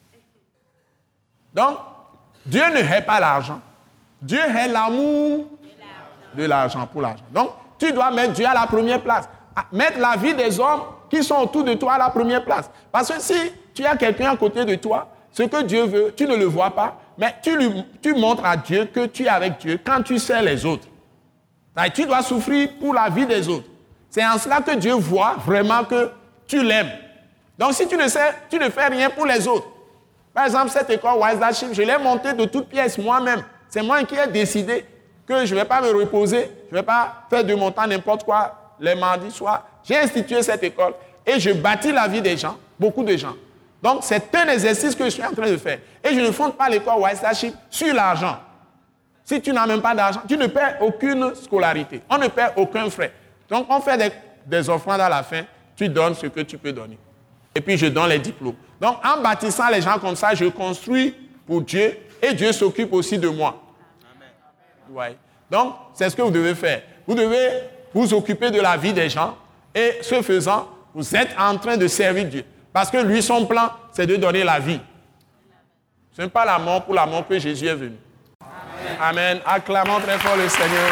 Donc, Dieu ne hait pas l'argent. Dieu hait l'amour de l'argent pour l'argent. Donc, tu dois mettre Dieu à la première place. Mettre la vie des hommes qui sont autour de toi à la première place. Parce que si tu as quelqu'un à côté de toi, ce que Dieu veut, tu ne le vois pas, mais tu, lui, tu montres à Dieu que tu es avec Dieu quand tu sers les autres. Donc, tu dois souffrir pour la vie des autres. C'est en cela que Dieu voit vraiment que tu l'aimes. Donc, si tu ne sais, tu ne fais rien pour les autres. Par exemple, cette école Wise Leadership, je l'ai montée de toutes pièces moi-même. C'est moi qui ai décidé que je ne vais pas me reposer, je ne vais pas faire de mon temps n'importe quoi les mardis soirs. J'ai institué cette école et je bâtis la vie des gens, beaucoup de gens. Donc, c'est un exercice que je suis en train de faire. Et je ne fonde pas l'école Wise Leadership sur l'argent. Si tu n'as même pas d'argent, tu ne perds aucune scolarité. On ne perd aucun frais. Donc, on fait des, des offrandes à la fin, tu donnes ce que tu peux donner. Et puis, je donne les diplômes. Donc, en bâtissant les gens comme ça, je construis pour Dieu et Dieu s'occupe aussi de moi. Amen. Ouais. Donc, c'est ce que vous devez faire. Vous devez vous occuper de la vie des gens et ce faisant, vous êtes en train de servir Dieu. Parce que lui, son plan, c'est de donner la vie. Ce n'est pas la mort pour la mort que Jésus est venu. Amen. Amen. Acclamons très fort le Seigneur.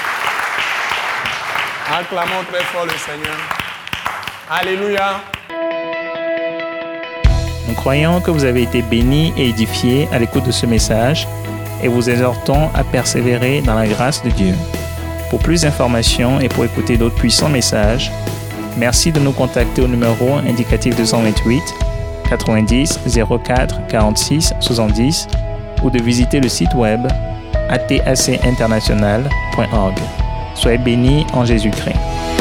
Acclamons très fort le Seigneur. Alléluia. Nous croyons que vous avez été bénis et édifiés à l'écoute de ce message et vous exhortons à persévérer dans la grâce de Dieu. Pour plus d'informations et pour écouter d'autres puissants messages, merci de nous contacter au numéro indicatif deux cent vingt-huit quatre-vingt-dix zéro quatre quarante-six soixante-dix ou de visiter le site web a t a c international point org. Soyez bénis en Jésus-Christ.